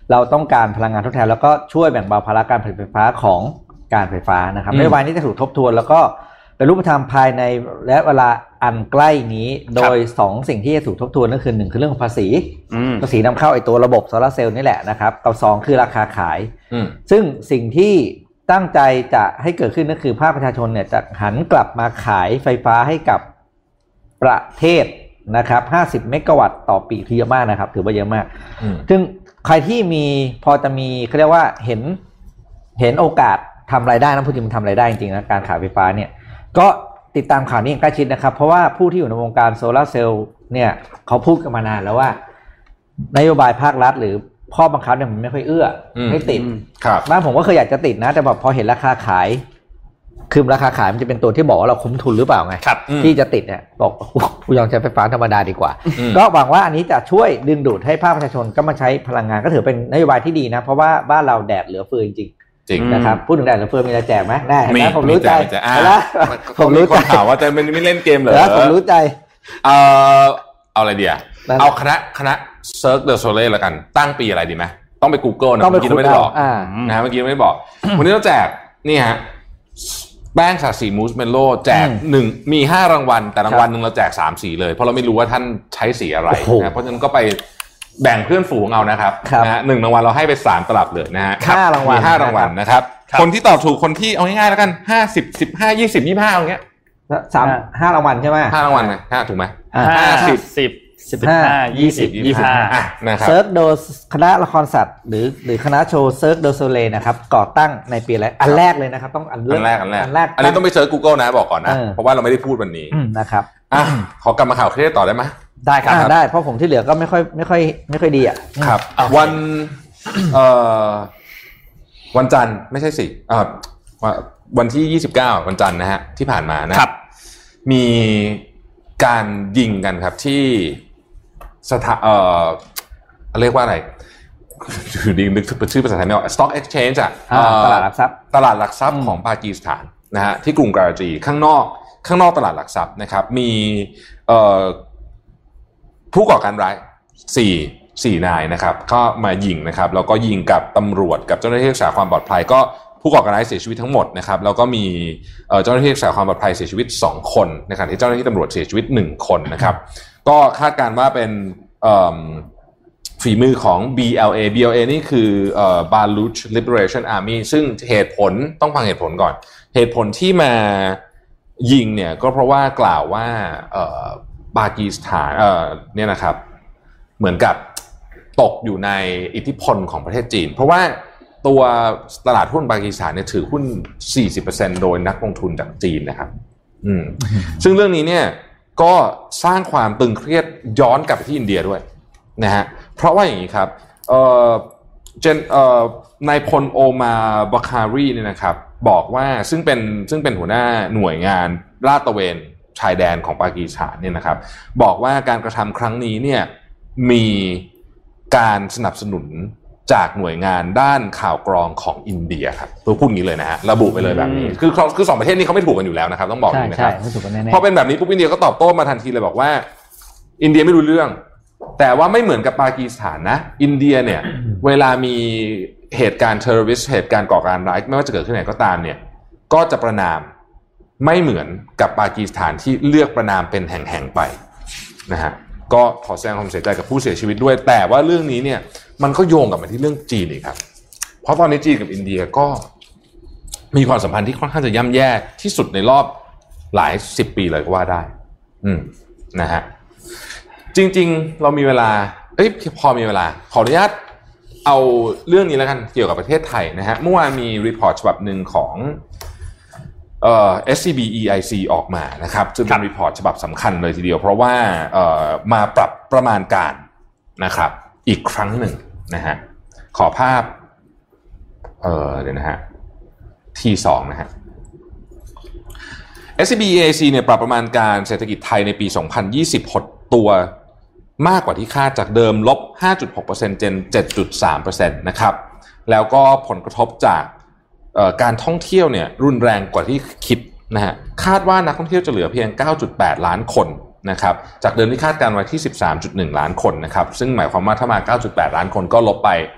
[SPEAKER 4] เราต้องการพลังงานทดแทนแล้วก็ช่วยแบ่งเบาภาระการผลิตไฟฟ้าของการไฟฟ้านะครับนโยบายนี้จะถูกทบทวนแล้วก็เป็นรูปธรรมภายในและเวลาอันใกล้นี้โดยสองสิ่งที่จะถูกทบทวนก็คือหนึ่งคือเรื่องของภาษีภาษีนำเข้าไอ้ตัวระบบโซลาร์เซลล์นี่แหละนะครับกับสองคือราคาขายซึ่งสิ่งที่ตั้งใจจะให้เกิดขึ้นก็คือภาคประชาชนเนี่ยจะหันกลับมาขายไฟฟ้าให้กับประเทศนะครับห้าสิบเมกะวัตต์ต่อปีคือเยอะมากนะครับถือว่าเยอะมากซึ่งใครที่มีพอจะมีเขาเรียกว่าเห็นเห็นโอกาสทำรายได้นะพูดจริงมันทำรายได้จริงๆนะการขายไฟฟ้าเนี่ยก็ติดตามข่าวนี้อย่างใกล้ชิดนะครับเพราะว่าผู้ที่อยู่ในวงการโซลาร์เซลล์เนี่ยเขาพูดกันมานานแล้วว่านโยบายภาครัฐหรือข้อบังคับเนี่ยมันไม่ค่อยเอื้อให้ติดบ้านผมก็เคยอยากจะติดนะแต่แบบพอเห็นราคาขายคือราคาขายมันจะเป็นตัวที่บอกว่าเราคุ้มทุนหรือเปล่าไงที่จะติดเนี่ยบอกผู้ยอมใช้ไฟฟ้าธรรมดาดีกว่าก็หวังว่าอันนี้จะช่วยดึงดูดให้ภาคประชาชนก็มาใช้พลังงานก็ถือเป็นนโยบายที่ดีนะเพราะว่าบ้านเราแดดเหลือเฟือจริง
[SPEAKER 3] จริง
[SPEAKER 4] นะครับพูดถึงแดดเหลือเฟือมีอะไรแจกไหมได้นะผมรู้ใจ
[SPEAKER 3] แล้วผมรู้ใจถามว่าจะไม่ไม่เล่นเกมเหรอ
[SPEAKER 4] ผมรู้ใจ
[SPEAKER 3] เออเอาอะไรดีอ่ะเอาคณะคณะ Cirque du Soleil ละกันตั้งปีอะไรดีไหมต้องไป Google นะเมื่อกี้ไม่ได้บอกนะเมื่อกี้ไม่ได้บอกวันนี้เราแจกนี่ฮะแป้งสาสีมูสเมโล่แจกหนึ่งมีห้ารางวัลแต่รางวัลนึงเราแจกสามสีเลยเพราะเราไม่รู้ว่าท่านใช้สีอะไรนะเพราะฉะนั้นก็ไปแบ่งเพื่อนฝูงเอานะครับนะฮะหนึ่งรางวัลเราให้ไปสามตลับเลยนะฮะ
[SPEAKER 4] ห้ารางวัล
[SPEAKER 3] มีห้ารางวัลนะครับคนที่ตอบถูกคนที่เอาง่ายๆแล้วกันห้าสิบ สิบห้า ยี่สิบ ยี่สิบห้าอย่างเงี้ย
[SPEAKER 4] สามห้ารางวัลใช่มั้ย
[SPEAKER 3] ห้ารางวัลมั้ยห้าถูกมั้ย
[SPEAKER 2] ห้าสิบ สิบ สิบห้า ยี่สิบ ยี่สิบห้า
[SPEAKER 3] นะครับ
[SPEAKER 4] เซิร์ฟโดคณะละครสัตว์หรือหรือคณะโชว์เซิร์ฟโดโซเลนะครับก่อตั้งในปีอะไรอันแรกเลยนะครับต้องอัน
[SPEAKER 3] แรกอันแรกอันแรกอันนี้ต้องไปเซิร์ช Google นะบอกก่อนนะเพราะว่าเราไม่ได้พูดวันนี้
[SPEAKER 4] นะครับ
[SPEAKER 3] อ่ะขอกลับมาข่าวเครียดต่อได้มั้ย
[SPEAKER 4] ได้ครับได้เพราะผมที่เหลือก็ไม่ค่อยไม่ค่อยไม่ค่อยดีอ่ะ
[SPEAKER 3] ครับวันเอ่อวันจันทร์ไม่ใช่สิเอ่อวันที่ยี่สิบเก้าวันจันทร์นะฮะที่ผ่านมานะครับมีการยิงกันครับที่สถาเอ่อเรียกว่าอะไรอยู่ดีนึกชื่อภาษาไทยไม่ออก Stock Exchange อ่ะ
[SPEAKER 4] ตลาดหลักทรัพย์
[SPEAKER 3] ตลาดหลักทรัพย์ของปากีสถานนะฮะที่กรุงกราจีข้างนอกข้างนอกตลาดหลักทรัพย์นะครับมีเอ่อผู้ก่อการร้ายสี่ สี่นายนะครับก็มายิงนะครับแล้วก็ยิงกับตำรวจกับเจ้าหน้าที่รักษาความปลอดภัยก็ผู้ก่อการร้ายเสียชีวิตทั้งหมดนะครับแล้วก็มีเจ้าหน้าที่รักษาความปลอดภัยเสียชีวิตสองคนนะครับที่เจ้าหน้าที่ตำรวจเสียชีวิตหนึ่งคนนะครับก็คาดการณ์ว่าเป็นฝีมือของ บี แอล เอ บี แอล เอ นี่คือ Baloch Liberation Army ซึ่งเหตุผลต้องฟังเหตุผลก่อนเหตุผลที่มายิงเนี่ยก็เพราะว่ากล่าวว่าปากีสถานเนี่ยนะครับเหมือนกับตกอยู่ในอิทธิพลของประเทศจีนเพราะว่าตัวตลาดหุ้นปากีสถานเนี่ยถือหุ้น สี่สิบเปอร์เซ็นต์ โดยนักลงทุนจากจีนนะครับอืมซึ่งเรื่องนี้เนี่ยก็สร้างความตึงเครียดย้อนกลับไปที่อินเดียด้วยนะฮะเพราะว่าอย่างนี้ครับเอ่อเจนเอ่อนายพลโอมาบาคารีเนี่ยนะครับบอกว่าซึ่งเป็นซึ่งเป็นหัวหน้าหน่วยงานลาดตระเวนชายแดนของปากีสถานเนี่ยนะครับบอกว่าการกระทำครั้งนี้เนี่ยมีการสนับสนุนจากหน่วยงานด้านข่าวกรองของอินเดียครับตัวพูดอย่างนี้เลยนะฮะระบุไปเลยแบบนี้คือคือสองประเทศนี้เขาไม่ถูกกันอยู่แล้วนะครับต้องบอกอย่างนี้นะครับพอเป็นแบบนี้ปุ๊บอินเดียก็ตอบโต้มาทันทีเลยบอกว่าอินเดียไม่รู้เรื่องแต่ว่าไม่เหมือนกับปากีสถานนะอินเดียเนี่ยเวลามีเหตุการณ์ terrorist เหตุการณ์ก่อการร้ายไม่ว่าจะเกิดขึ้นไหนก็ตามเนี่ยก็จะประนามไม่เหมือนกับปากีสถานที่เลือกประนามเป็นแห่งๆไปนะฮะก็ขอแสดงความเสียใจกับผู้เสียชีวิตด้วยแต่ว่าเรื่องนี้เนี่ยมันก็โยงกลับมาที่เรื่องจีนอีกครับเพราะตอนนี้จีนกับอินเดียก็มีความสัมพันธ์ที่ค่อนข้างจะย่ำแย่ที่สุดในรอบหลายสิบปีเลยก็ว่าได้อืมนะฮะจริงๆเรามีเวลาเอ้ยพอมีเวลาขออนุญาตเอาเรื่องนี้แล้วกันเกี่ยวกับประเทศไทยนะฮะเมื่อวานมีรีพอร์ตฉบับหนึ่งของเอ่อ เอส ซี บี อี ไอ ซี ออกมานะครับซึ่งเป็นรีพอร์ตฉบับสำคัญเลยทีเดียวเพราะว่าเอ่อมาปรับประมาณการนะครับอีกครั้งหนึ่งนะฮะขอภาพเอ่อเดี๋ยวนะฮะ ที สอง นะฮะ เอส ซี บี อี ไอ ซี เนี่ยปรับประมาณการเศรษฐกิจไทยในปีสองพันยี่สิบหดตัวมากกว่าที่คาดจากเดิมลบ ห้าจุดหกเปอร์เซ็นต์ เจน เจ็ดจุดสามเปอร์เซ็นต์ นะครับแล้วก็ผลกระทบจากการท่องเที่ยวเนี่ยรุนแรงกว่าที่คิดนะฮะคาดว่านักท่องเที่ยวจะเหลือเพียง เก้าจุดแปด ล้านคนนะครับจากเดิมที่คาดการไว้ที่ สิบสามจุดหนึ่ง ล้านคนนะครับซึ่งหมายความว่าถ้ามา เก้าจุดแปด ล้านคนก็ลบไป เ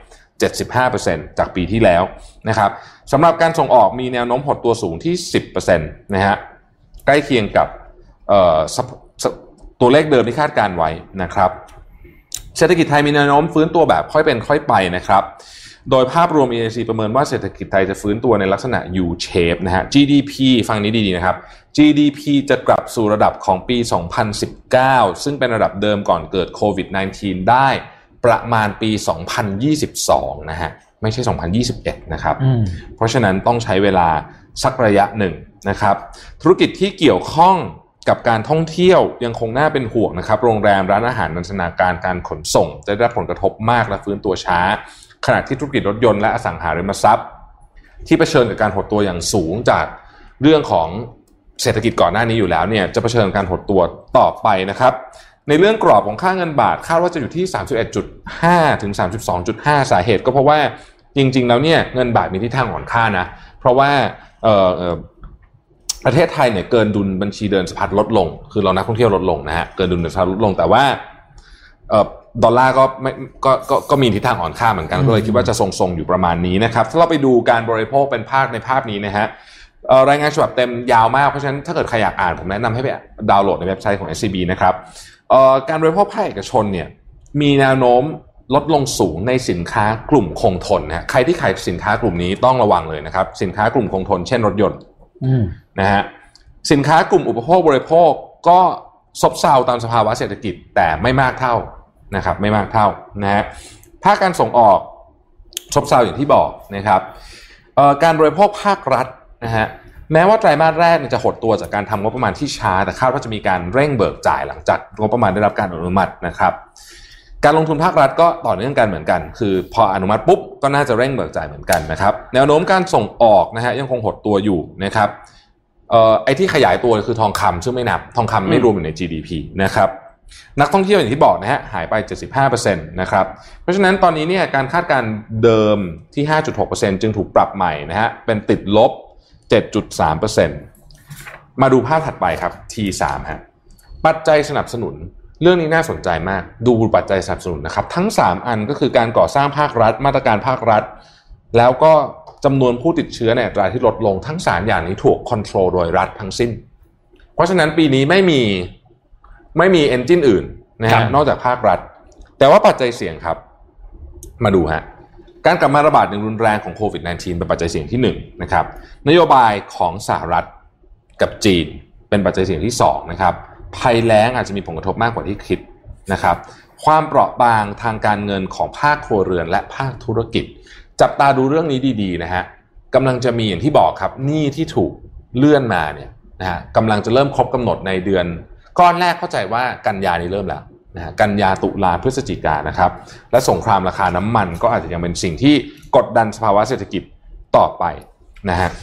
[SPEAKER 3] จ็ดสิบห้าเปอร์เซ็นต์ จากปีที่แล้วนะครับสำหรับการส่งออกมีแนวโน้มหดตัวสูงที่ สิบเปอร์เซ็นต์ นะฮะใกล้เคียงกับตัวเลขเดิมที่คาดการไว้นะครับเศรษฐกิจไทยมีแนวโน้มฟื้นตัวแบบค่อยเป็นค่อยไปนะครับโดยภาพรวม อี เอ ซี ประเมินว่าเศรษฐกิจไทยจะฟื้นตัวในลักษณะ U shape นะฮะ จี ดี พี ฟังนี้ดีๆนะครับ จี ดี พี จะกลับสู่ระดับของปีสองพันสิบเก้าซึ่งเป็นระดับเดิมก่อนเกิดโควิด สิบเก้า ได้ประมาณปีสองพันยี่สิบสองนะฮะไม่ใช่สองพันยี่สิบเอ็ดนะครับเพราะฉะนั้นต้องใช้เวลาสักระยะหนึ่งนะครับธุรกิจที่เกี่ยวข้องกับการท่องเที่ยวยังคงน่าเป็นห่วงนะครับโรงแรมร้านอาหารนันทนาการการขนส่งจะได้รับผลกระทบมากและฟื้นตัวช้าขณะที่ธุรกิจรถยนต์และอสังหาริมทรัพย์ที่เผชิญกับการหดตัวอย่างสูงจากเรื่องของเศรษฐกิจก่อนหน้านี้อยู่แล้วเนี่ยจะเผชิญการหดตัวต่อไปนะครับในเรื่องกรอบของค่าเงินบาทคาดว่าจะอยู่ที่ สามสิบเอ็ดจุดห้า ถึง สามสิบสองจุดห้า สาเหตุก็เพราะว่าจริงๆแล้วเนี่ยเงินบาทมีทิศทางอ่อนค่านะเพราะว่าเอ่อเอ่อประเทศไทยเนี่ยเกินดุลบัญชีเดินสะพัดลดลงคือเรานักท่องเที่ยวลดลงนะฮะเกินดุลเดินสะพัดลดลงแต่ว่าเอ่อดอลลาร์ก็ไม่ก็ก็ก็มีทิศทางอ่อนค่าเหมือนกันก็เลยคิดว่าจะทรงๆอยู่ประมาณนี้นะครับถ้าเราไปดูการบริโภคเป็นภาพในภาพนี้นะฮะรายงานฉบับเต็มยาวมากเพราะฉะนั้นถ้าเกิดใครอยากอ่านผมแนะนำให้ไปดาวน์โหลดในเว็บไซต์ของ เอส ซี บี นะครับการบริโภคภาคเอกชนเนี่ยมีแนวโน้มลดลงสูงในสินค้ากลุ่มคงทนนะใครที่ขายสินค้ากลุ่มนี้ต้องระวังเลยนะครับสินค้ากลุ่มคงทนเช่นรถยนต์นะฮะสินค้ากลุ่มอุปโภคบริโภคก็ซบเซาตามสภาวะเศรษฐกิจแต่ไม่มากเท่านะครับไม่มากเท่านะฮะภาคการส่งออกซบเซาอย่างที่บอกนะครับการบริโภคภาครัฐนะฮะแม้ว่าไตรมาสแรกจะหดตัวจากการทำงบประมาณที่ช้าแต่คาดว่าจะมีการเร่งเบิกจ่ายหลังจากงบประมาณได้รับการอนุมัตินะครับการลงทุนภาครัฐก็ต่อเนื่องกันเหมือนกันคือพออนุมัติปุ๊บก็น่าจะเร่งเบิกจ่ายเหมือนกันนะครับแนวโน้มการส่งออกนะฮะยังคงหดตัวอยู่นะครับเอ่อไอ้ที่ขยายตัวคือทองคำซึ่งไม่นับทองคำไม่รวมอยู่ใน จี ดี พี นะครับนักท่องเที่ยวอย่างที่บอกนะฮะหายไป เจ็ดสิบห้าเปอร์เซ็นต์ นะครับเพราะฉะนั้นตอนนี้เนี่ยการคาดการณ์เดิมที่ ห้าจุดหกเปอร์เซ็นต์ จึงถูกปรับใหม่นะฮะเป็นติดลบ เจ็ดจุดสามเปอร์เซ็นต์ มาดูภาพถัดไปครับ ที สาม ฮะปัจจัยสนับสนุนเรื่องนี้น่าสนใจมากดูปัจจัยสนับสนุนนะครับทั้งสามอันก็คือการก่อสร้างภาครัฐมาตรการภาครัฐแล้วก็จำนวนผู้ติดเชื้อในอัตราที่ลดลงทั้งสามอย่างนี้ถูกคอนโทรลโดยรัฐทั้งสิ้นเพราะฉะนั้นปีนี้ไม่มีไม่มีเอนจินอื่นนะฮะนอกจากภาครัฐแต่ว่าปัจจัยเสี่ยงครับมาดูฮะการกลับมาระบาดอย่างรุนแรงของโควิด สิบเก้า เป็นปัจจัยเสี่ยงที่หนึ่งนะครับนโยบายของสหรัฐกับจีนเป็นปัจจัยเสี่ยงที่สองนะครับภัยแล้งอาจจะมีผลกระทบมากกว่าที่คิดนะครับความเปราะบางทางการเงินของภาคครัวเรือนและภาคธุรกิจจับตาดูเรื่องนี้ดีๆนะฮะกำลังจะมีอย่างที่บอกครับหนี้ที่ถูกเลื่อนมาเนี่ยนะฮะกำลังจะเริ่มครบกำหนดในเดือนก้อนแรกเข้าใจว่ากันยานี้เริ่มแล้วนะฮะกันยาตุลาพฤศจิกายนนะครับและสงครามราคาน้ำมันก็อาจจะยังเป็นสิ่งที่กดดันสภาวะเศรษฐกิจต่อไปนะฮะ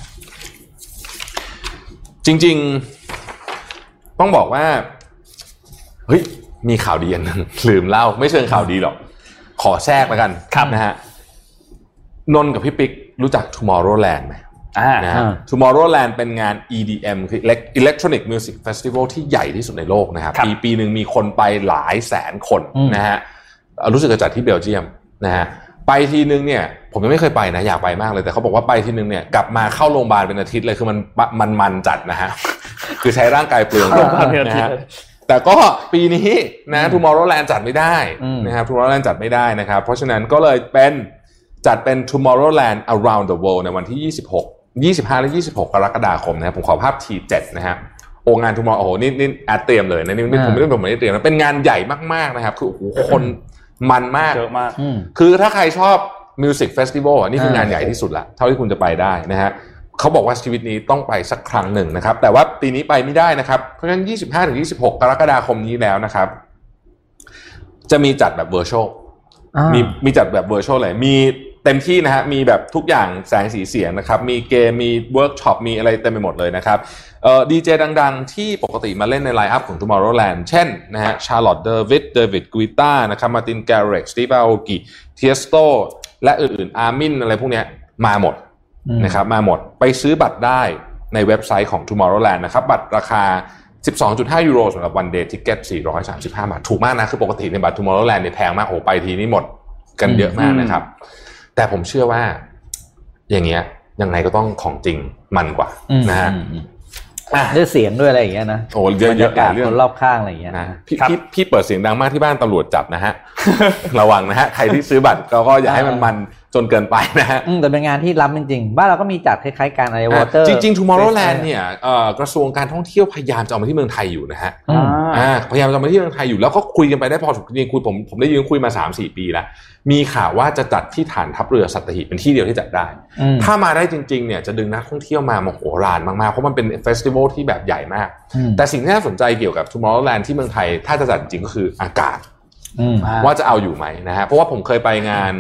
[SPEAKER 3] จริงๆต้องบอกว่าเฮ้ยมีข่าวดีอันนึงลืมเล่าไม่เชิงข่าวดีหรอกขอแทรกแล้วกันนะฮะนนท์กับพี่ปิ๊กรู้จัก Tomorrowland ไหมอ่านะฮะ Tomorrowland เป็นงาน อี ดี เอ็ม คือ Electronic Music Festival ที่ใหญ่ที่สุดในโลกนะครับปีปีนึงมีคนไปหลายแสนคนนะฮะรู้สึกจะจัดที่เบลเยียมนะฮะไปทีนึงเนี่ยผมยังไม่เคยไปนะอยากไปมากเลยแต่เขาบอกว่าไปทีนึงเนี่ยกลับมาเข้าโรงพยาบาลเป็นอาทิตย์เลยคือมันมันมันจัดนะฮะคือใช้ร่างกายเปลืองนะฮะแต่ก็ปีนี้นะ Tomorrowland จัดไม่ได้นะครับ Tomorrowland จัดไม่ได้นะครับเพราะฉะนั้นก็เลยเป็นจัดเป็น Tomorrowland Around the World ในวันที่ยี่สิบหก ยี่สิบห้าและยี่สิบหกกรกฎาคมนะครับผมขอภาพ ที เจ็ด นะฮะโองาน Tomorrow โอ้โหนี่นี่แอดเตรียมเลยนะนี่ไม่ผมไม่ได้ผมไม่ได้เตรียมนะเป็นงานใหญ่มากๆนะครับคือโอ้โหคนมันมาก
[SPEAKER 2] เยอะมาก
[SPEAKER 3] คือถ้าใครชอบ Music Festival อ่ะนี่คืองานใหญ่ที่สุดละเท่าที่คุณจะไปได้นะฮะเขาบอกว่าชีวิตนี้ต้องไปสักครั้งหนึ่งนะครับแต่ว่าปีนี้ไปไม่ได้นะครับเพราะฉะนั้น ยี่สิบห้าถึงยี่สิบหก กรกฎาคมนี้แล้วนะครับจะมีจัดแบบ Virtual มีมีจัดแบบ Virtual เลยมีเต็มที่นะฮะมีแบบทุกอย่างแสงสีเสียงนะครับมีเกมมีเวิร์กช็อปมีอะไรเต็มไปหมดเลยนะครับเอ่อดีเจดังๆที่ปกติมาเล่นในไลน์อัพของ Tomorrowland เช่นนะฮะ Charlotte David David Guetta นะครับ Martin Garrix Steve Aoki Tiesto และอื่นๆ Armin อะไรพวกเนี้ยมาหมดนะครับมาหมดไปซื้อบัตรได้ในเว็บไซต์ของ Tomorrowland นะครับบัตรราคา สิบสองจุดห้า ยูโรสำหรับ one day ticket สี่ร้อยสามสิบห้าบาทถูกมากนะคือปกติในบัตร Tomorrowland เนี่ยแพงมากโอ้ไปทีนี้หมดกันเยอะมากนะครับแต่แต่ผมเชื่อว่าอย่างเงี้ยยังไงก็ต้องของจริงมันกว่านะฮะ
[SPEAKER 4] ด้วยเสียงด้วยอะไรอย่างเงี้ยนะ
[SPEAKER 3] โอ้เยอะๆเรื่อง
[SPEAKER 4] คนรอบข้างอะไรอย่างเงี้ย
[SPEAKER 3] นะพี่พี่พี่เปิดเสียงดังมากที่บ้านตำรวจจับนะฮะ ระวังนะฮะใครที่ซื้อบัตรก็อย่าให้มันมันจนเกินไปนะฮะ
[SPEAKER 4] แต่เป็นงานที่ล้ำจริงๆบ้านเราก็มีจัดคล้ายๆการไอวอเตอร์
[SPEAKER 3] จริงๆ Tomorrowland เนี่ยกระทรวงการท่องเที่ยวพยายามจะเอามาที่เมืองไทยอยู่นะฮะอ่าพยายามจะเอามาที่เมืองไทยอยู่แล้วก็คุยกันไปได้พอถูกจริงคุยผมผมได้ยืนคุยมา สามสี่ ปีแล้วมีข่าวว่าจะจัดที่ฐานทัพเรือสัตหีบเป็นที่เดียวที่จัดได้ถ้ามาได้จริงๆเนี่ยจะดึงนักท่องเที่ยวมามโหฬารมากๆเพราะมันเป็นเฟสติวัลที่แบบใหญ่มากแต่สิ่งที่น่าสนใจเกี่ยวกับ Tomorrowland ที่เมืองไทยถ้าจะจัดจริงก็คืออากาศว่าจะเอาอยู่ไหมนะฮะเพราะว่าผมเคยไปงาน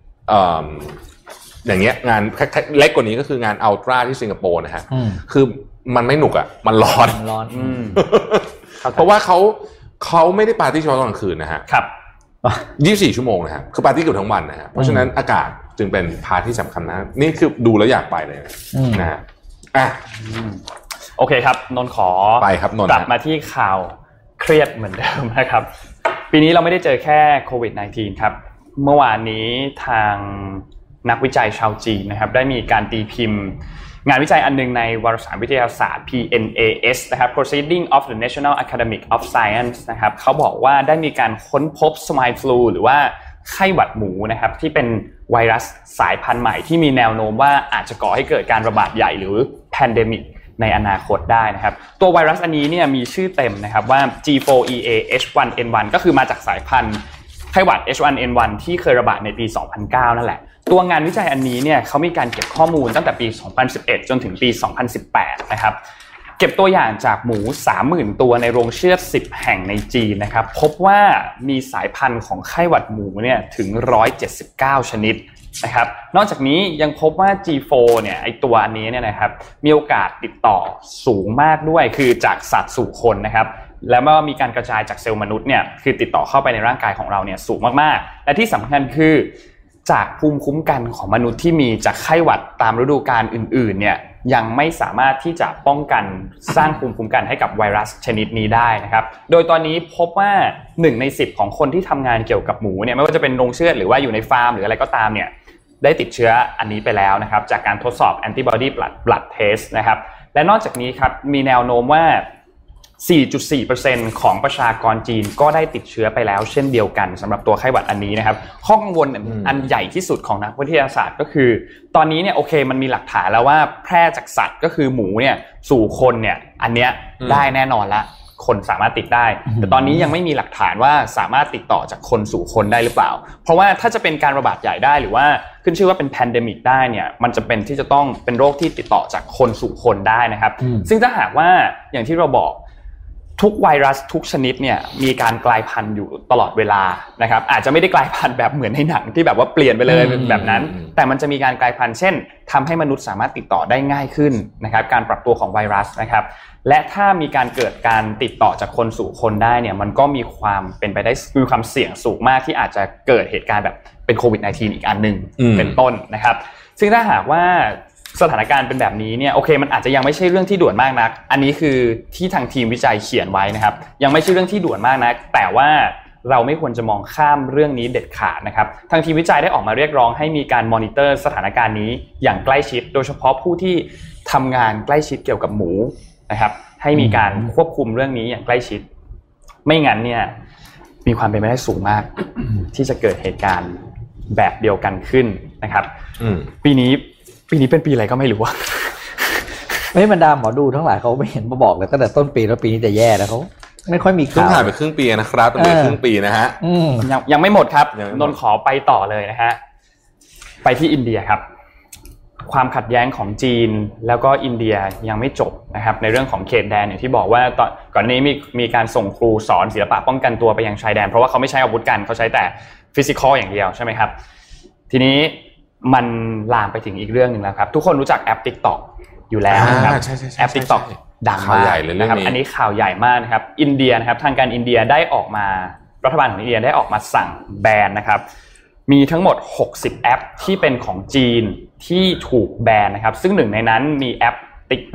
[SPEAKER 3] อย่างเงี้ยงานเล็กกว่านี้ก็คืองานอัลตร้าที่สิงคโปร์นะฮะคือมันไม่หนุกอ่ะมันร้อน
[SPEAKER 4] ร้อน
[SPEAKER 3] เพราะว่าเขาเขาไม่ได้ปาร์ตี้เฉพาะตอนกลางคืนนะฮะ
[SPEAKER 2] ครับ
[SPEAKER 3] ยี่สิบสี่ชั่วโมงนะครับคือปาร์ตี้เกือบทั้งวันนะฮะเพราะฉะนั้นอากาศจึงเป็นพาร์ทที่สำคัญนะนี่คือดูแล้วอยากไปเลยนะฮะอ่ะ
[SPEAKER 2] โอเคครับนนขอ
[SPEAKER 3] ไปครับนน
[SPEAKER 2] กลับมาที่ข่าวเครียดเหมือนเดิมนะครับปีนี้เราไม่ได้เจอแค่โควิด สิบเก้า ครับเมื่อวานนี้ทางนักวิจัยชาวจีนนะครับได้มีการตีพิมพ์งานวิจัยอันนึงในวารสารวิทยาศาสตร์ พี เอ็น เอ เอส นะครับ Proceeding of the National Academy of Science นะครับเขาบอกว่าได้มีการค้นพบ Swine Flu หรือว่าไข้หวัดหมูนะครับที่เป็นไวรัสสายพันธุ์ใหม่ที่มีแนวโน้มว่าอาจจะก่อให้เกิดการระบาดใหญ่หรือ Pandemic ในอนาคตได้นะครับตัวไวรัสอันนี้เนี่ยมีชื่อเต็มนะครับว่า จี โฟร์ อี เอ เอช วัน เอ็น วัน ก็คือมาจากสายพันธุ์ไข้หวัด เอช วัน เอ็น วัน ที่เคยระบาดในปี สองพันเก้า นั่นแหละตัวงานวิจัยอันนี้เนี่ยเขามีการเก็บข้อมูลตั้งแต่ปี สองพันสิบเอ็ด จนถึงปี สองพันสิบแปด นะครับเก็บตัวอย่างจากหมู สามหมื่น ตัวในโรงเชือดสิบแห่งในจีนนะครับพบว่ามีสายพันธุ์ของไข้หวัดหมูเนี่ยถึงหนึ่งร้อยเจ็ดสิบเก้าชนิดนะครับนอกจากนี้ยังพบว่า จี โฟร์ เนี่ยไอตัวอันนี้เนี่ยนะครับมีโอกาสติดต่อสูงมากด้วยคือจากสัตว์สู่คนนะครับแล้วเมื่อมีการกระจายจากเซลล์มนุษย์เนี่ยคือติดต่อเข้าไปในร่างกายของเราเนี่ยสูงมากๆและที่สำคัญคือจากภูมิคุ้มกันของมนุษย์ที่มีจากไข้หวัดตามฤดูกาลอื่นๆเนี่ยยังไม่สามารถที่จะป้องกันสร้างภูมิคุ้มกันให้กับไวรัสชนิดนี้ได้นะครับโดยตอนนี้พบว่าหนึ่งในสิบของคนที่ทำงานเกี่ยวกับหมูเนี่ยไม่ว่าจะเป็นโรงเชือดหรือว่าอยู่ในฟาร์มหรืออะไรก็ตามเนี่ยได้ติดเชื้ออันนี้ไปแล้วนะครับจากการทดสอบ antibody blood blood test นะครับและนอกจากนี้ครับมีแนวโน้มว่าสี่จุดสี่เปอร์เซ็นต์ ของประชากรจีนก็ได้ติดเชื้อไปแล้วเช่นเดียวกันสำหรับตัวไข้หวัดอันนี้นะครับข้อกังวลอันใหญ่ที่สุดของนักวิทยาศาสตร์ก็คือตอนนี้เนี่ยโอเคมันมีหลักฐานแล้วว่าแพร่จากสัตว์ก็คือหมูเนี่ยสู่คนเนี่ยอันเนี้ยได้แน่นอนละคนสามารถติดได้แต่ตอนนี้ยังไม่มีหลักฐานว่าสามารถติดต่อจากคนสู่คนได้หรือเปล่าเพราะว่าถ้าจะเป็นการระบาดใหญ่ได้หรือว่าขึ้นชื่อว่าเป็นแพนเดมิกได้เนี่ยมันจะเป็นที่จะต้องเป็นโรคที่ติดต่อจากคนสู่คนได้นะครับซึ่งถ้าหากว่าอย่างที่เราบอกทุกไวรัสทุกชนิดเนี่ยมีการกลายพันธุ์อยู่ตลอดเวลานะครับอาจจะไม่ได้กลายพันธุ์แบบเหมือนในหนังที่แบบว่าเปลี่ยนไปเลยแบบนั้นแต่มันจะมีการกลายพันธุ์เช่นทำให้มนุษย์สามารถติดต่อได้ง่ายขึ้นนะครับการปรับตัวของไวรัสนะครับและถ้ามีการเกิดการติดต่อจากคนสู่คนได้เนี่ยมันก็มีความเป็นไปได้มีความเสี่ยงสูงมากที่อาจจะเกิดเหตุการณ์แบบเป็นโควิด สิบเก้า อีกอันนึงเป็นต้นนะครับซึ่งถ้าหากว่าสถานการณ์เป็นแบบนี้เนี่ยโอเคมันอาจจะยังไม่ใช่เรื่องที่ด่วนมากนักอันนี้คือที่ทางทีมวิจัยเขียนไว้นะครับยังไม่ใช่เรื่องที่ด่วนมากนักแต่ว่าเราไม่ควรจะมองข้ามเรื่องนี้เด็ดขาดนะครับทางทีมวิจัยได้ออกมาเรียกร้องให้มีการมอนิเตอร์สถานการณ์นี้อย่างใกล้ชิดโดยเฉพาะผู้ที่ทำงานใกล้ชิดเกี่ยวกับหมูนะครับให้มีการควบคุมเรื่องนี้อย่างใกล้ชิดไม่งั้นเนี่ยมีความเป็นไปได้สูงมาก ที่จะเกิดเหตุการณ์แบบเดียวกันขึ้นนะครับปีนี้ปีนี้เป็นปีอะไรก็ไม่รู้ว่า
[SPEAKER 4] ไม่บรรดาหมอดูทั้งหลายเขาไม่เห็นมาบอกเลยตั้งแต่ต้นปีแล้วปีนี้จะแย่แล้วเขาไม่ค่อยมีข่าว
[SPEAKER 3] ต้องถ่ายไปครึ่งปีนะครับต้องไปครึ่งปีนะฮะ
[SPEAKER 2] ยังยังไม่หมดครับนนขอไปต่อเลยนะฮะไปที่อินเดียครับความขัดแย้งของจีนแล้วก็อินเดียยังไม่จบนะครับในเรื่องของเขตแดนอย่างที่บอกว่าตอนก่อนนี้มีมีการส่งครูสอนศิลปะป้องกันตัวไปยังชายแดนเพราะว่าเขาไม่ใช้อาวุธกันเขาใช้แต่ฟิสิกอลอย่างเดียวใช่ไหมครับทีนี้มันลามไปถึงอีกเรื่องนึงแล้วครับทุกคนรู้จักแอป TikTok อยู่แล้วนะครับแอป TikTok ดังมากนะครับอันนี้ข่าวใหญ่มากนะครับอินเดียนะครับทางการอินเดียได้ออกมารัฐบาลของอินเดียได้ออกมาสั่งแบนนะครับมีทั้งหมดหกสิบแอปที่เป็นของจีนที่ถูกแบนนะครับซึ่งหนึ่งในนั้นมีแอป TikTok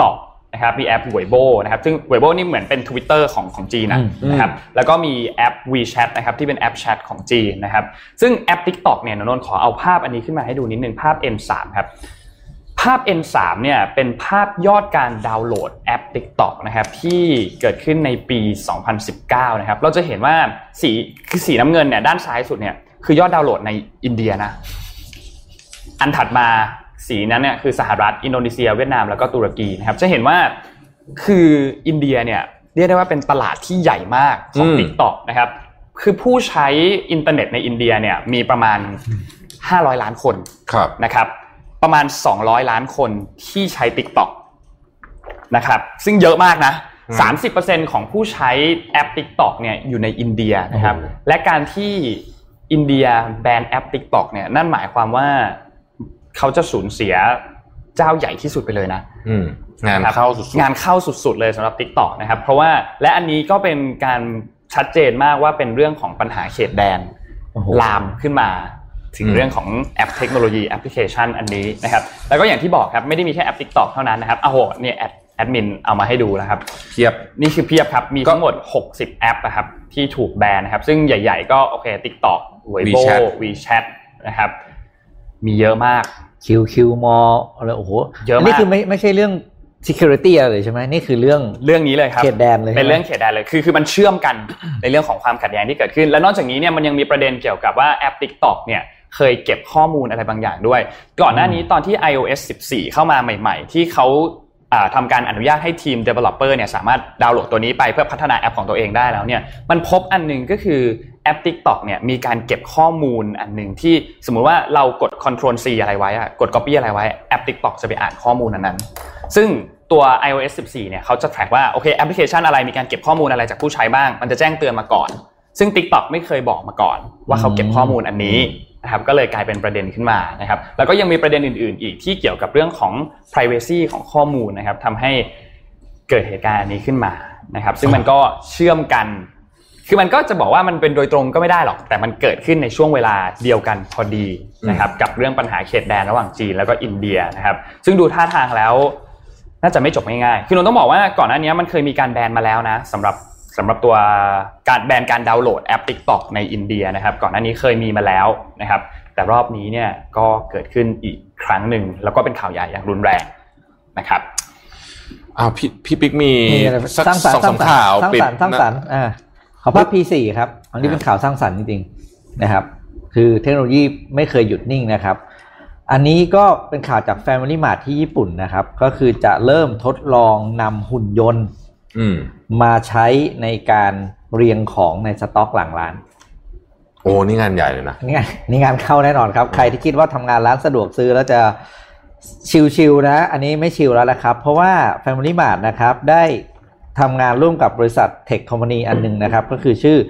[SPEAKER 2] นะครับมีแอป Weibo นะครับซึ่ง Weibo นี่เหมือนเป็น Twitter ของของจีนนะครับแล้วก็มีแอป WeChat นะครับที่เป็นแอปแชทของจีนนะครับซึ่งแอป TikTok เนี่ยนนท์ขอเอาภาพอันนี้ขึ้นมาให้ดูนิดนึงภาพ เอ็น สาม ครับภาพ เอ็น สาม เนี่ยเป็นภาพยอดการดาวน์โหลดแอป TikTok นะครับที่เกิดขึ้นในปีสองพันสิบเก้านะครับเราจะเห็นว่าสีคือสีน้ำเงินเนี่ยด้านซ้ายสุดเนี่ยคือยอดดาวน์โหลดในอินเดียนะอันถัดมาสีนั้นเนี่ยคือสหรัฐอินโดนีเซียเวียดนามแล้วก็ตุรกีนะครับจะเห็นว่าคืออินเดียเนี่ยเรียกได้ว่าเป็นตลาดที่ใหญ่มากของ TikTok นะครับคือผู้ใช้อินเทอร์เน็ตในอินเดียเนี่ยมีประมาณห้าร้อยล้านคนนะครับประมาณสองร้อยล้านคนที่ใช้ TikTok นะครับซึ่งเยอะมากนะ สามสิบเปอร์เซ็นต์ ของผู้ใช้แอป TikTok เนี่ยอยู่ในอินเดียนะครับและการที่อินเดียแบนแอป TikTok เนี่ยนั่นหมายความว่าเขาจะสูญเสียเจ้าใหญ่ที่สุดไปเลยนะ
[SPEAKER 3] งานเข้าสุด
[SPEAKER 2] ๆงานเข้าสุดๆเลยสำหรับ TikTok นะครับเพราะว่าและอันนี้ก็เป็นการชัดเจนมากว่าเป็นเรื่องของปัญหาเขตแดนลามขึ้นมาถึงเรื่องของแอปเทคโนโลยีแอปพลิเคชันอันนี้นะครับแล้วก็อย่างที่บอกครับไม่ได้มีแค่แอป TikTok เท่านั้นนะครับอ้าวโหเนี่ยแอดแอดมินเอามาให้ดูนะครับ
[SPEAKER 3] เพียบ
[SPEAKER 2] นี่คือเพียบครับมีทั้งหมดหกสิบแอปนะครับที่ถูกแบนนะครับซึ่งใหญ่ๆก็โอเค TikTok Weibo WeChat นะครับมีเยอะมาก
[SPEAKER 4] คิ ว คิว Mall อะไรโอ้โหเยอะมากนี่คือไม่ไม่ใช่เรื่อง security อะไรใช่ไหมนี่คือเรื่อง
[SPEAKER 2] เรื่องนี้เลยครับ
[SPEAKER 4] เขตแดนเลย
[SPEAKER 2] เป็นเรื่องเขตแดนเลยคือคือมันเชื่อมกันในเรื่องของความขัดแย้งที่เกิดขึ้นและนอกจากนี้เนี่ยมันยังมีประเด็นเกี่ยวกับว่าแอป TikTok เนี่ยเคยเก็บข้อมูลอะไรบางอย่างด้วยก่อนหน้านี้ตอนที่ ไอ โอ เอส สิบสี่เข้ามาใหม่ๆที่เขาทำการอนุญาตให้ทีม developer เนี่ยสามารถดาวน์โหลดตัวนี้ไปเพื่อพัฒนาแอปของตัวเองได้แล้วเนี่ยมันพบอันนึงก็คือแอป TikTok เนี่ยมีการเก็บข้อมูลอันนึงที่สมมุติว่าเรากด Ctrl C อะไรไว้อะกด copy อะไรไว้แอป TikTok จะไปอ่านข้อมูลนั้นๆซึ่งตัว ไอ โอ เอส สิบสี่เนี่ยเขาจะ track ว่าโอเคแอปพลิเคชันอะไรมีการเก็บข้อมูลอะไรจากผู้ใช้บ้างมันจะแจ้งเตือนมาก่อนซึ่ง TikTok ไม่เคยบอกมาก่อนว่าเขาเก็บข้อมูลอันนี้นะครับก็เลยกลายเป็นประเด็นขึ้นมานะครับแล้วก็ยังมีประเด็นอื่นๆอีกที่เกี่ยวกับเรื่องของ privacy ของข้อมูลนะครับทำให้เกิดเหตุการณ์อันนี้ขึ้นมานะครับซึ่งมันก็เชื่อมกันคือมันก็จะบอกว่ามันเป็นโดยตรงก็ไม่ได้หรอกแต่มันเกิดขึ้นในช่วงเวลาเดียวกันพอดีนะครับกับเรื่องปัญหาเขตแดนระหว่างจีนแล้วก็อินเดียนะครับซึ่งดูท่าทางแล้วน่าจะไม่จบง่ายๆคือนนท์ต้องบอกว่าก่อนหน้านี้มันเคยมีการแบนมาแล้วนะสำหรับสำหรับตัวการแบนการดาวน์โหลดแอป TikTok ในอินเดียนะครับก่อนหน้านี้เคยมีมาแล้วนะครับแต่รอบนี้เนี่ยก็เกิดขึ้นอีกครั้งหนึ่งแล้วก็เป็นข่าวใหญ่อย่างรุนแรงนะครับ
[SPEAKER 3] อ้าวพี่พี่ปิ๊กมี
[SPEAKER 4] สักสองสามข่าวปิดสร้างสรรค์อ่าขอภาพ พี โฟร์ ครับอันนี้เป็นข่าวสร้างสรรค์จริงๆนะครับคือเทคโนโลยีไม่เคยหยุดนิ่งนะครับอันนี้ก็เป็นข่าวจาก Family Mart ที่ญี่ปุ่นนะครับก็คือจะเริ่มทดลองนำหุ่นยนต์มาใช้ในการเรียงของในสต็อกหลังร้าน
[SPEAKER 3] โอ้นี่งานใหญ่เลยนะ
[SPEAKER 4] นี่นี่งานเข้าแน่นอนครับใครที่คิดว่าทำงานร้านสะดวกซื้อแล้วจะชิลๆนะอันนี้ไม่ชิลแล้วละครับเพราะว่า Family Mart นะครับได้ทำงานร่วมกับบริษัทเทคคอมพานีอันนึงนะครับก็คือชื่อ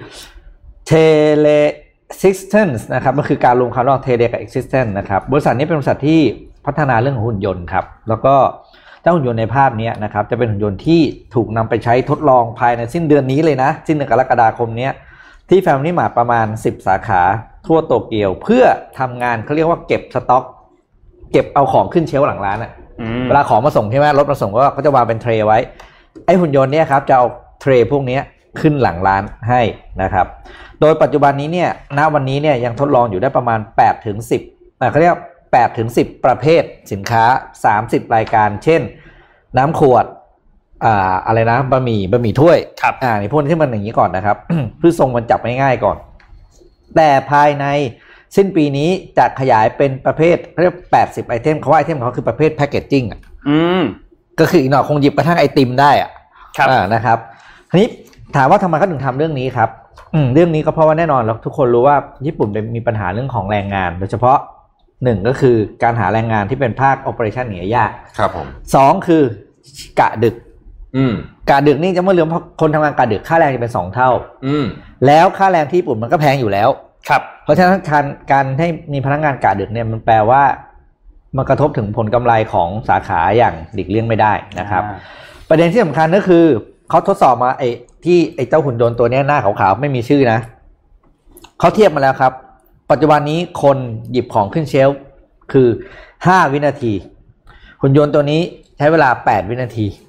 [SPEAKER 4] Telesistence นะครับก็คือการรวมคำว่า Tele กับ Existence นะครับบริษัทนี้เป็นบริษัทที่พัฒนาเรื่องของหุ่นยนต์ครับแล้วก็เจ้าหุ่นยนต์ในภาพนี้นะครับจะเป็นหุ่นยนต์ที่ถูกนำไปใช้ทดลองภายในสิ้นเดือนนี้เลยนะสิ้นเดือนกรกฎาคมนี้ที่ Family Mart ประมาณสิบสาขาทั่วโตเกียวเพื่อทำงานเขาเรียกว่าเก็บสต็อกเก็บเอาของขึ้นเชลฟ์หลังร้านอ่ะเวลาของมาส่งใช่ไหมรถมาส่งก็เขาจะวางเป็นเทรย์ไว้ไอ้หุ่นยนต์เนี่ยครับจะเอาเทรย์พวกนี้ขึ้นหลังร้านให้นะครับโดยปัจจุบันนี้เนี่ยณวันนี้เนี่ยยังทดลองอยู่ได้ประมาณแปดถึงสิบอ่าเขาเรียกแปดถึงสิบประเภทสินค้าสามสิบรายการเช่นน้ำขวดอ่าอะไรนะบะหมี่บะหมี่ถ้วยอ่าในพวกที่มันอย่างนี้ก่อนนะครับ เพื่อทรงมันจับง่ายๆก่อนแต่ภายในสิ้นปีนี้จะขยายเป็นประเภทเรียกแปดสิบไอเทมเขาว่าไอเทมเขาคือประเภทแพคเกจจิ้งอ่ะอืมก็คืออีกหน่อยคงหยิบกระทั่งไอติมได้อ่ะครับอ่านะครับทีนี้ถามว่าทำไมเขาถึงทำเรื่องนี้ครับอืมเรื่องนี้ก็เพราะว่าแน่นอนแล้วทุกคนรู้ว่าญี่ปุ่นเป็นมีปัญหาเรื่องของแรงงานโดยเฉพาะหนึ่งก็คือการหาแรงงานที่เป็นภาค operation เหนือยาก
[SPEAKER 3] ครับผม
[SPEAKER 4] สองคือกะดึกอืมกะดึกนี่จะไม่ลืมเพราะคนทำงานกะดึกค่าแรงจะเป็นสองเท่าอืมแล้วค่าแรงที่ญี่ปุ่นมันก็แพงอยู่แล้วครับเพราะฉะนั้นการการให้มีพนักงานกะดึกเนี่ยมันแปลว่ามันกระทบถึงผลกำไรของสาขาอย่างหลีกเลี่ยงไม่ได้นะครับประเด็นที่สำคัญก็คือเขาทดสอบมาไอ้ที่ไอ้เจ้าหุ่นยนต์ตัวนี้หน้าขาวๆไม่มีชื่อนะเขาเทียบมาแล้วครับปัจจุบันนี้คนหยิบของขึ้นเชลฟ์คือห้าวินาทีหุ่นยนต์ตัวนี้ใช้เวลาแปดวินาที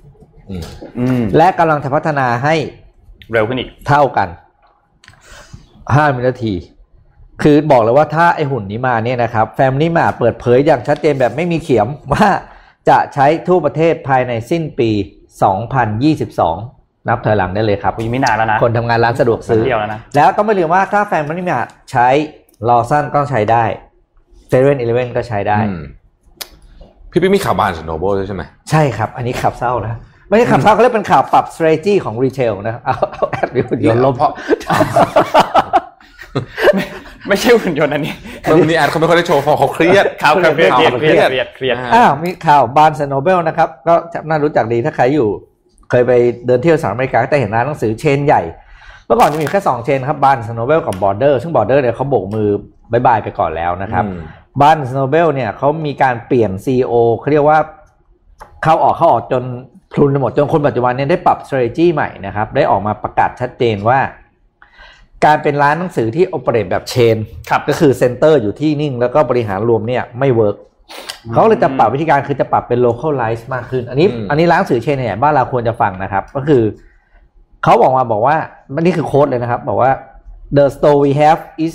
[SPEAKER 4] และกำลังจะพัฒนาให้
[SPEAKER 2] เร็วขึ้นอีก
[SPEAKER 4] เท่ากันห้าวินาทีคือบอกเลยว่าถ้าไอหุ่นนี้มาเนี่ยนะครับ Family Mart เปิดเผยอย่างชัดเจนแบบไม่มีเขียมว่าจะใช้ทั่วประเทศภายในสิ้นปีสองพันยี่สิบสองนับถอยหลังได้เลยครับ
[SPEAKER 2] ยังไม่นานแล้วนะ
[SPEAKER 4] คนทำงานร้านสะดวกซื้อ
[SPEAKER 2] แล้ว,
[SPEAKER 4] แล้วต้องไม่ลืมว่าถ้า Family Mart ใช้ลอซันก็ใช้ได้ เซเว่น Eleven ก็ใช้ได้
[SPEAKER 3] พี่พี่มีข่าวบาร์นส์โนเบิลใช่ไหม
[SPEAKER 4] ใช่ครับอันนี้ข่าวเศร้านะไม่ใช่ข่าวเศร้าเขาเรียกเป็นข่าวปรับ strategy ของ retail นะเอาเอาแอดวิวเดี๋ยวลบเพราะ
[SPEAKER 2] ไม่ใช่หุ่นยนต์อันนี้
[SPEAKER 3] วันนี้แอดเขาไม่ค่อยได้โชว์เพราะเขาเครียด
[SPEAKER 2] ข่าวเครียดเครียดเครียดเครียด
[SPEAKER 4] อ้าวมีข่าวบาร์นส์โนเบิลนะครับก็น่ารู้จักดีถ้าใครอยู่เคยไปเดินเที่ยวสหรัฐอเมริกาแต่เห็นร้านหนังสือเชนใหญ่เมื่อก่อนจะมีแค่สองเชนครับบาร์นส์โนเบิลกับบอร์เดอร์ซึ่งบอร์เดอร์เนี่ยเขาโบกมือบายบายไปก่อนแล้วนะครับบาร์นส์โนเบิลเนี่ยเขามีการเปลี่ยน ซี อี โอ เขาเรียกว่าเข้าออกเข้าออกจนพลุนหมดจนคนปัจจุบันเนี่ยได้ปรับ strategy ใหม่นะครับได้ออกมาประกาศชัดเจนว่าการเป็นร้านหนังสือที่ operate แบบเชนก็คือเซ็นเตอร์อยู่ที่นิ่งแล้วก็บริหารรวมเนี่ยไม่เวิร์กเขาเลยจะปรับวิธีการคือจะปรับเป็น localize มากขึ้นอันนี้อันนี้ร้านหนังสือเชนเนี่ยบ้านเราควรจะฟังนะครับก็คือเขาบอกมาบอกว่านี่คือโค้ดเลยนะครับบอกว่า the store we have is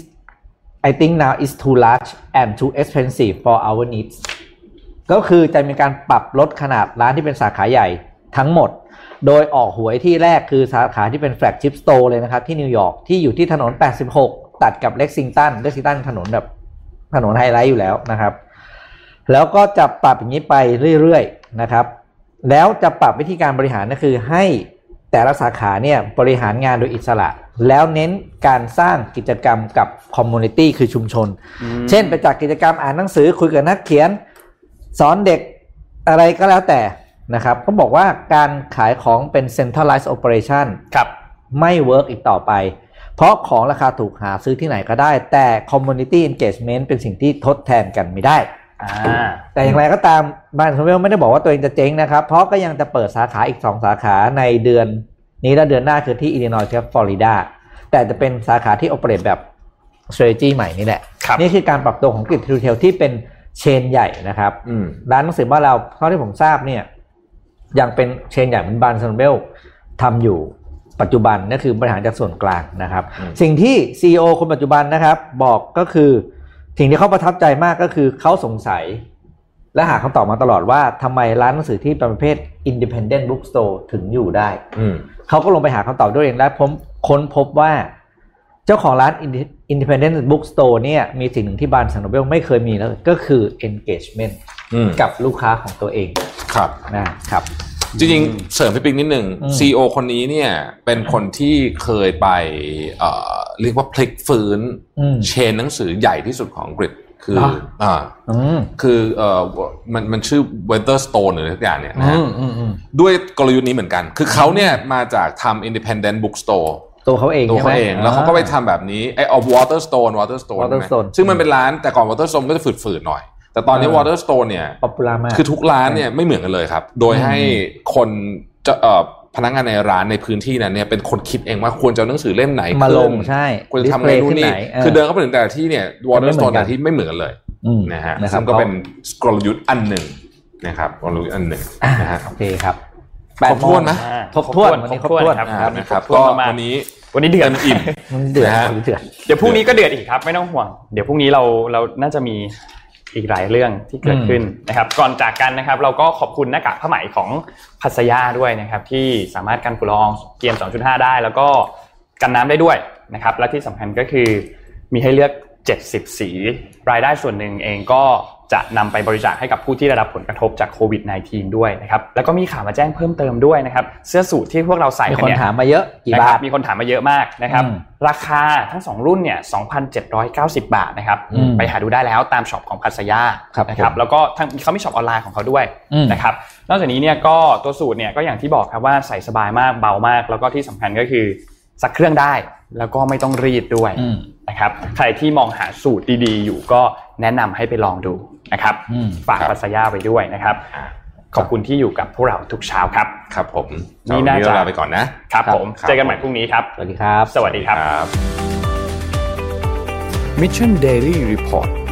[SPEAKER 4] I think now is too large and too expensive for our needsก็คือจะมีการปรับลดขนาดร้านที่เป็นสาขาใหญ่ทั้งหมดโดยออกหวยที่แรกคือสาขาที่เป็นแฟลกชิพสโตร์เลยนะครับที่นิวยอร์กที่อยู่ที่ถนนแปดสิบหกตัดกับเล็กซิงตันเล็กซิงตันถนนแบบถนนไฮไลท์อยู่แล้วนะครับแล้วก็จะปรับอย่างนี้ไปเรื่อยๆนะครับแล้วจะปรับวิธีการบริหารก็คือให้แต่ละสาขาเนี่ยบริหารงานโดยอิสระแล้วเน้นการสร้างกิจกรรมกับคอมมูนิตี้คือชุมชนเช่นไปจัดกิจกรรมอ่านหนังสือคุยกับนักเขียนสอนเด็กอะไรก็แล้วแต่นะครับเขาบอกว่าการขายของเป็น centralized operation
[SPEAKER 2] ครับ
[SPEAKER 4] ไม่เวิร์กอีกต่อไปเพราะของราคาถูกหาซื้อที่ไหนก็ได้แต่ community engagement เป็นสิ่งที่ทดแทนกันไม่ได้แต่อย่างไรก็ตามบาร์นส์โนเบิลไม่ได้บอกว่าตัวเองจะเจ๊งนะครับเพราะก็ยังจะเปิดสาขาอีกสองสาขาในเดือนนี้และเดือนหน้าคือที่อิลลินอยส์กับฟลอริดาแต่จะเป็นสาขาที่ operate แบบ strategy ใหม่นี่แหละนี่คือการปรับตัวของกิจรีเทลที่เป็นเชนใหญ่นะครับร้านหนังสือบ้านเราเท่าที่ผมทราบเนี่ยยังเป็นเชนใหญ่เหมือนบาร์นส์โนเบิลทำอยู่ปัจจุบันนั่นคือบริหารจากส่วนกลางนะครับสิ่งที่ ซี อี โอ คนปัจจุบันนะครับบอกก็คือสิ่งที่เขาประทับใจมากก็คือเขาสงสัยและหาคำตอบมาตลอดว่าทำไมร้านหนังสือที่เป็นประเภท independent bookstore ถึงอยู่ได้เขาก็ลงไปหาคำตอบด้วยเองและผมค้นพบว่าเจ้าของร้าน independent bookstore เนี่ยมีสิ่งหนึ่งที่บาร์นส์โนเบิลไม่เคยมีแล้วก็คือ engagement กับลูกค้าของตัวเอง
[SPEAKER 3] ครับ
[SPEAKER 4] นะครับ
[SPEAKER 3] จริงๆเสริมพี่ปิ๊กนิดนึง ซี อี โอ คนนี้เนี่ยเป็นคนที่เคยไปเอ่อเรียกว่าพลิกฟื้นเชนหนังสือใหญ่ที่สุดของอังกฤษคืออ่าคือเอ่อมันมันชื่อ Weatherstone หรืออะไรสักอย่างเนี่ยนะฮะด้วยกลยุทธ์นี้เหมือนกันคือเขาเนี่ยมาจากทำ independent bookstore
[SPEAKER 4] ตัวเขาเอง
[SPEAKER 3] ตัวเขาเองแล้วเขาก็ไปทำแบบนี้ไอ้เอา Waterstone Waterstone ซึ่งมันเป็นร้านแต่ก่อน Waterstone ก็จะฝืดๆหน่อยแต่ตอนนี้ Waterstone เนี่ย
[SPEAKER 4] popular มาก
[SPEAKER 3] คือทุกร้านเนี่ยไม่เหมือนกันเลยครับโดยให้คนจะเอ่อพนักงานในร้านในพื้นที่นั้นเนี่ยเป็นคนคิดเองว่าควรจะเอาหนังสือเล่มไหน
[SPEAKER 4] มาลงใช่
[SPEAKER 3] ควรจะทำอะไรนู่นนี่คือเดินเข้าไปถึงแต่ละที่เนี่ย Waterstone แต่ที่ไม่เหมือนกันเลยนะฮะซึ่งก็เป็นกลยุทธ์อันหนึ่งนะครับกลยุทธ์อันหนึ่งนะฮะ
[SPEAKER 4] โอเคครับ
[SPEAKER 3] ครบถ้วนนะ
[SPEAKER 4] ครบถ้วนวันนี้ครบถ้วน
[SPEAKER 3] นะครับก็วันนี้
[SPEAKER 2] วันนี้เดือด
[SPEAKER 3] อิ่ม
[SPEAKER 4] เดือด
[SPEAKER 2] เดี๋ยวพรุ่งนี้ก็เดือดอีกครับไม่ต้องห่วงเดี๋ยวพรุ่งนี้เราเราน่าจะมีอีกหลายเรื่องที่เกิดขึ้นนะครับก่อนจากกันนะครับเราก็ขอบคุณหน้ากากผ้าไหมของพัสยาด้วยนะครับที่สามารถกันฝุ่นละออง พี เอ็ม สองจุดห้า ได้แล้วก็กันน้ำได้ด้วยนะครับและที่สำคัญก็คือมีให้เลือกเจ็ดสิบสีรายได้ส่วนหนึ่งเองก็จะนำไปบริจาคให้กับผู้ที่ได้รับผลกระทบจากโควิด สิบเก้า ด้วยนะครับแล้วก็มีข่าวมาแจ้งเพิ่มเติมด้วยนะครับเสื้อสูทที่พวกเราใส่
[SPEAKER 4] กันเนี่ยมีคนถามมาเยอะกี่บาท
[SPEAKER 2] มีคนถามมาเยอะมากนะครับราคาทั้งสองรุ่นเนี่ย สองพันเจ็ดร้อยเก้าสิบ บาทนะครับไปหาดูได้แล้วตามช็อปของพัสยานะครับแล้วก็ทั้งเขามีช็อปออนไลน์ของเขาด้วยนะครับนอกจากนี้เนี่ยก็ตัวสูทเนี่ยก็อย่างที่บอกครับว่าใส่สบายมากเบามากแล้วก็ที่สำคัญก็คือซักเครื่องได้แล้วก็ไม่ต้องรีดด้วยนะครับใครที่มองหาสูตรดีๆอยู่ก็แนะนำให้ไปลองดูนะครับฝากพัสยาไว้ด้วยนะครับขอบคุณที่อยู่กับพวกเราทุกเช้าครับ
[SPEAKER 3] ครับผมนี่น่าจะลาไปก่อน
[SPEAKER 2] นะครับผมเจอกันใหม่พรุ่งนี้ครับ
[SPEAKER 4] สวัสดีครับ
[SPEAKER 2] สวัสดีครับ
[SPEAKER 1] Mission Daily Report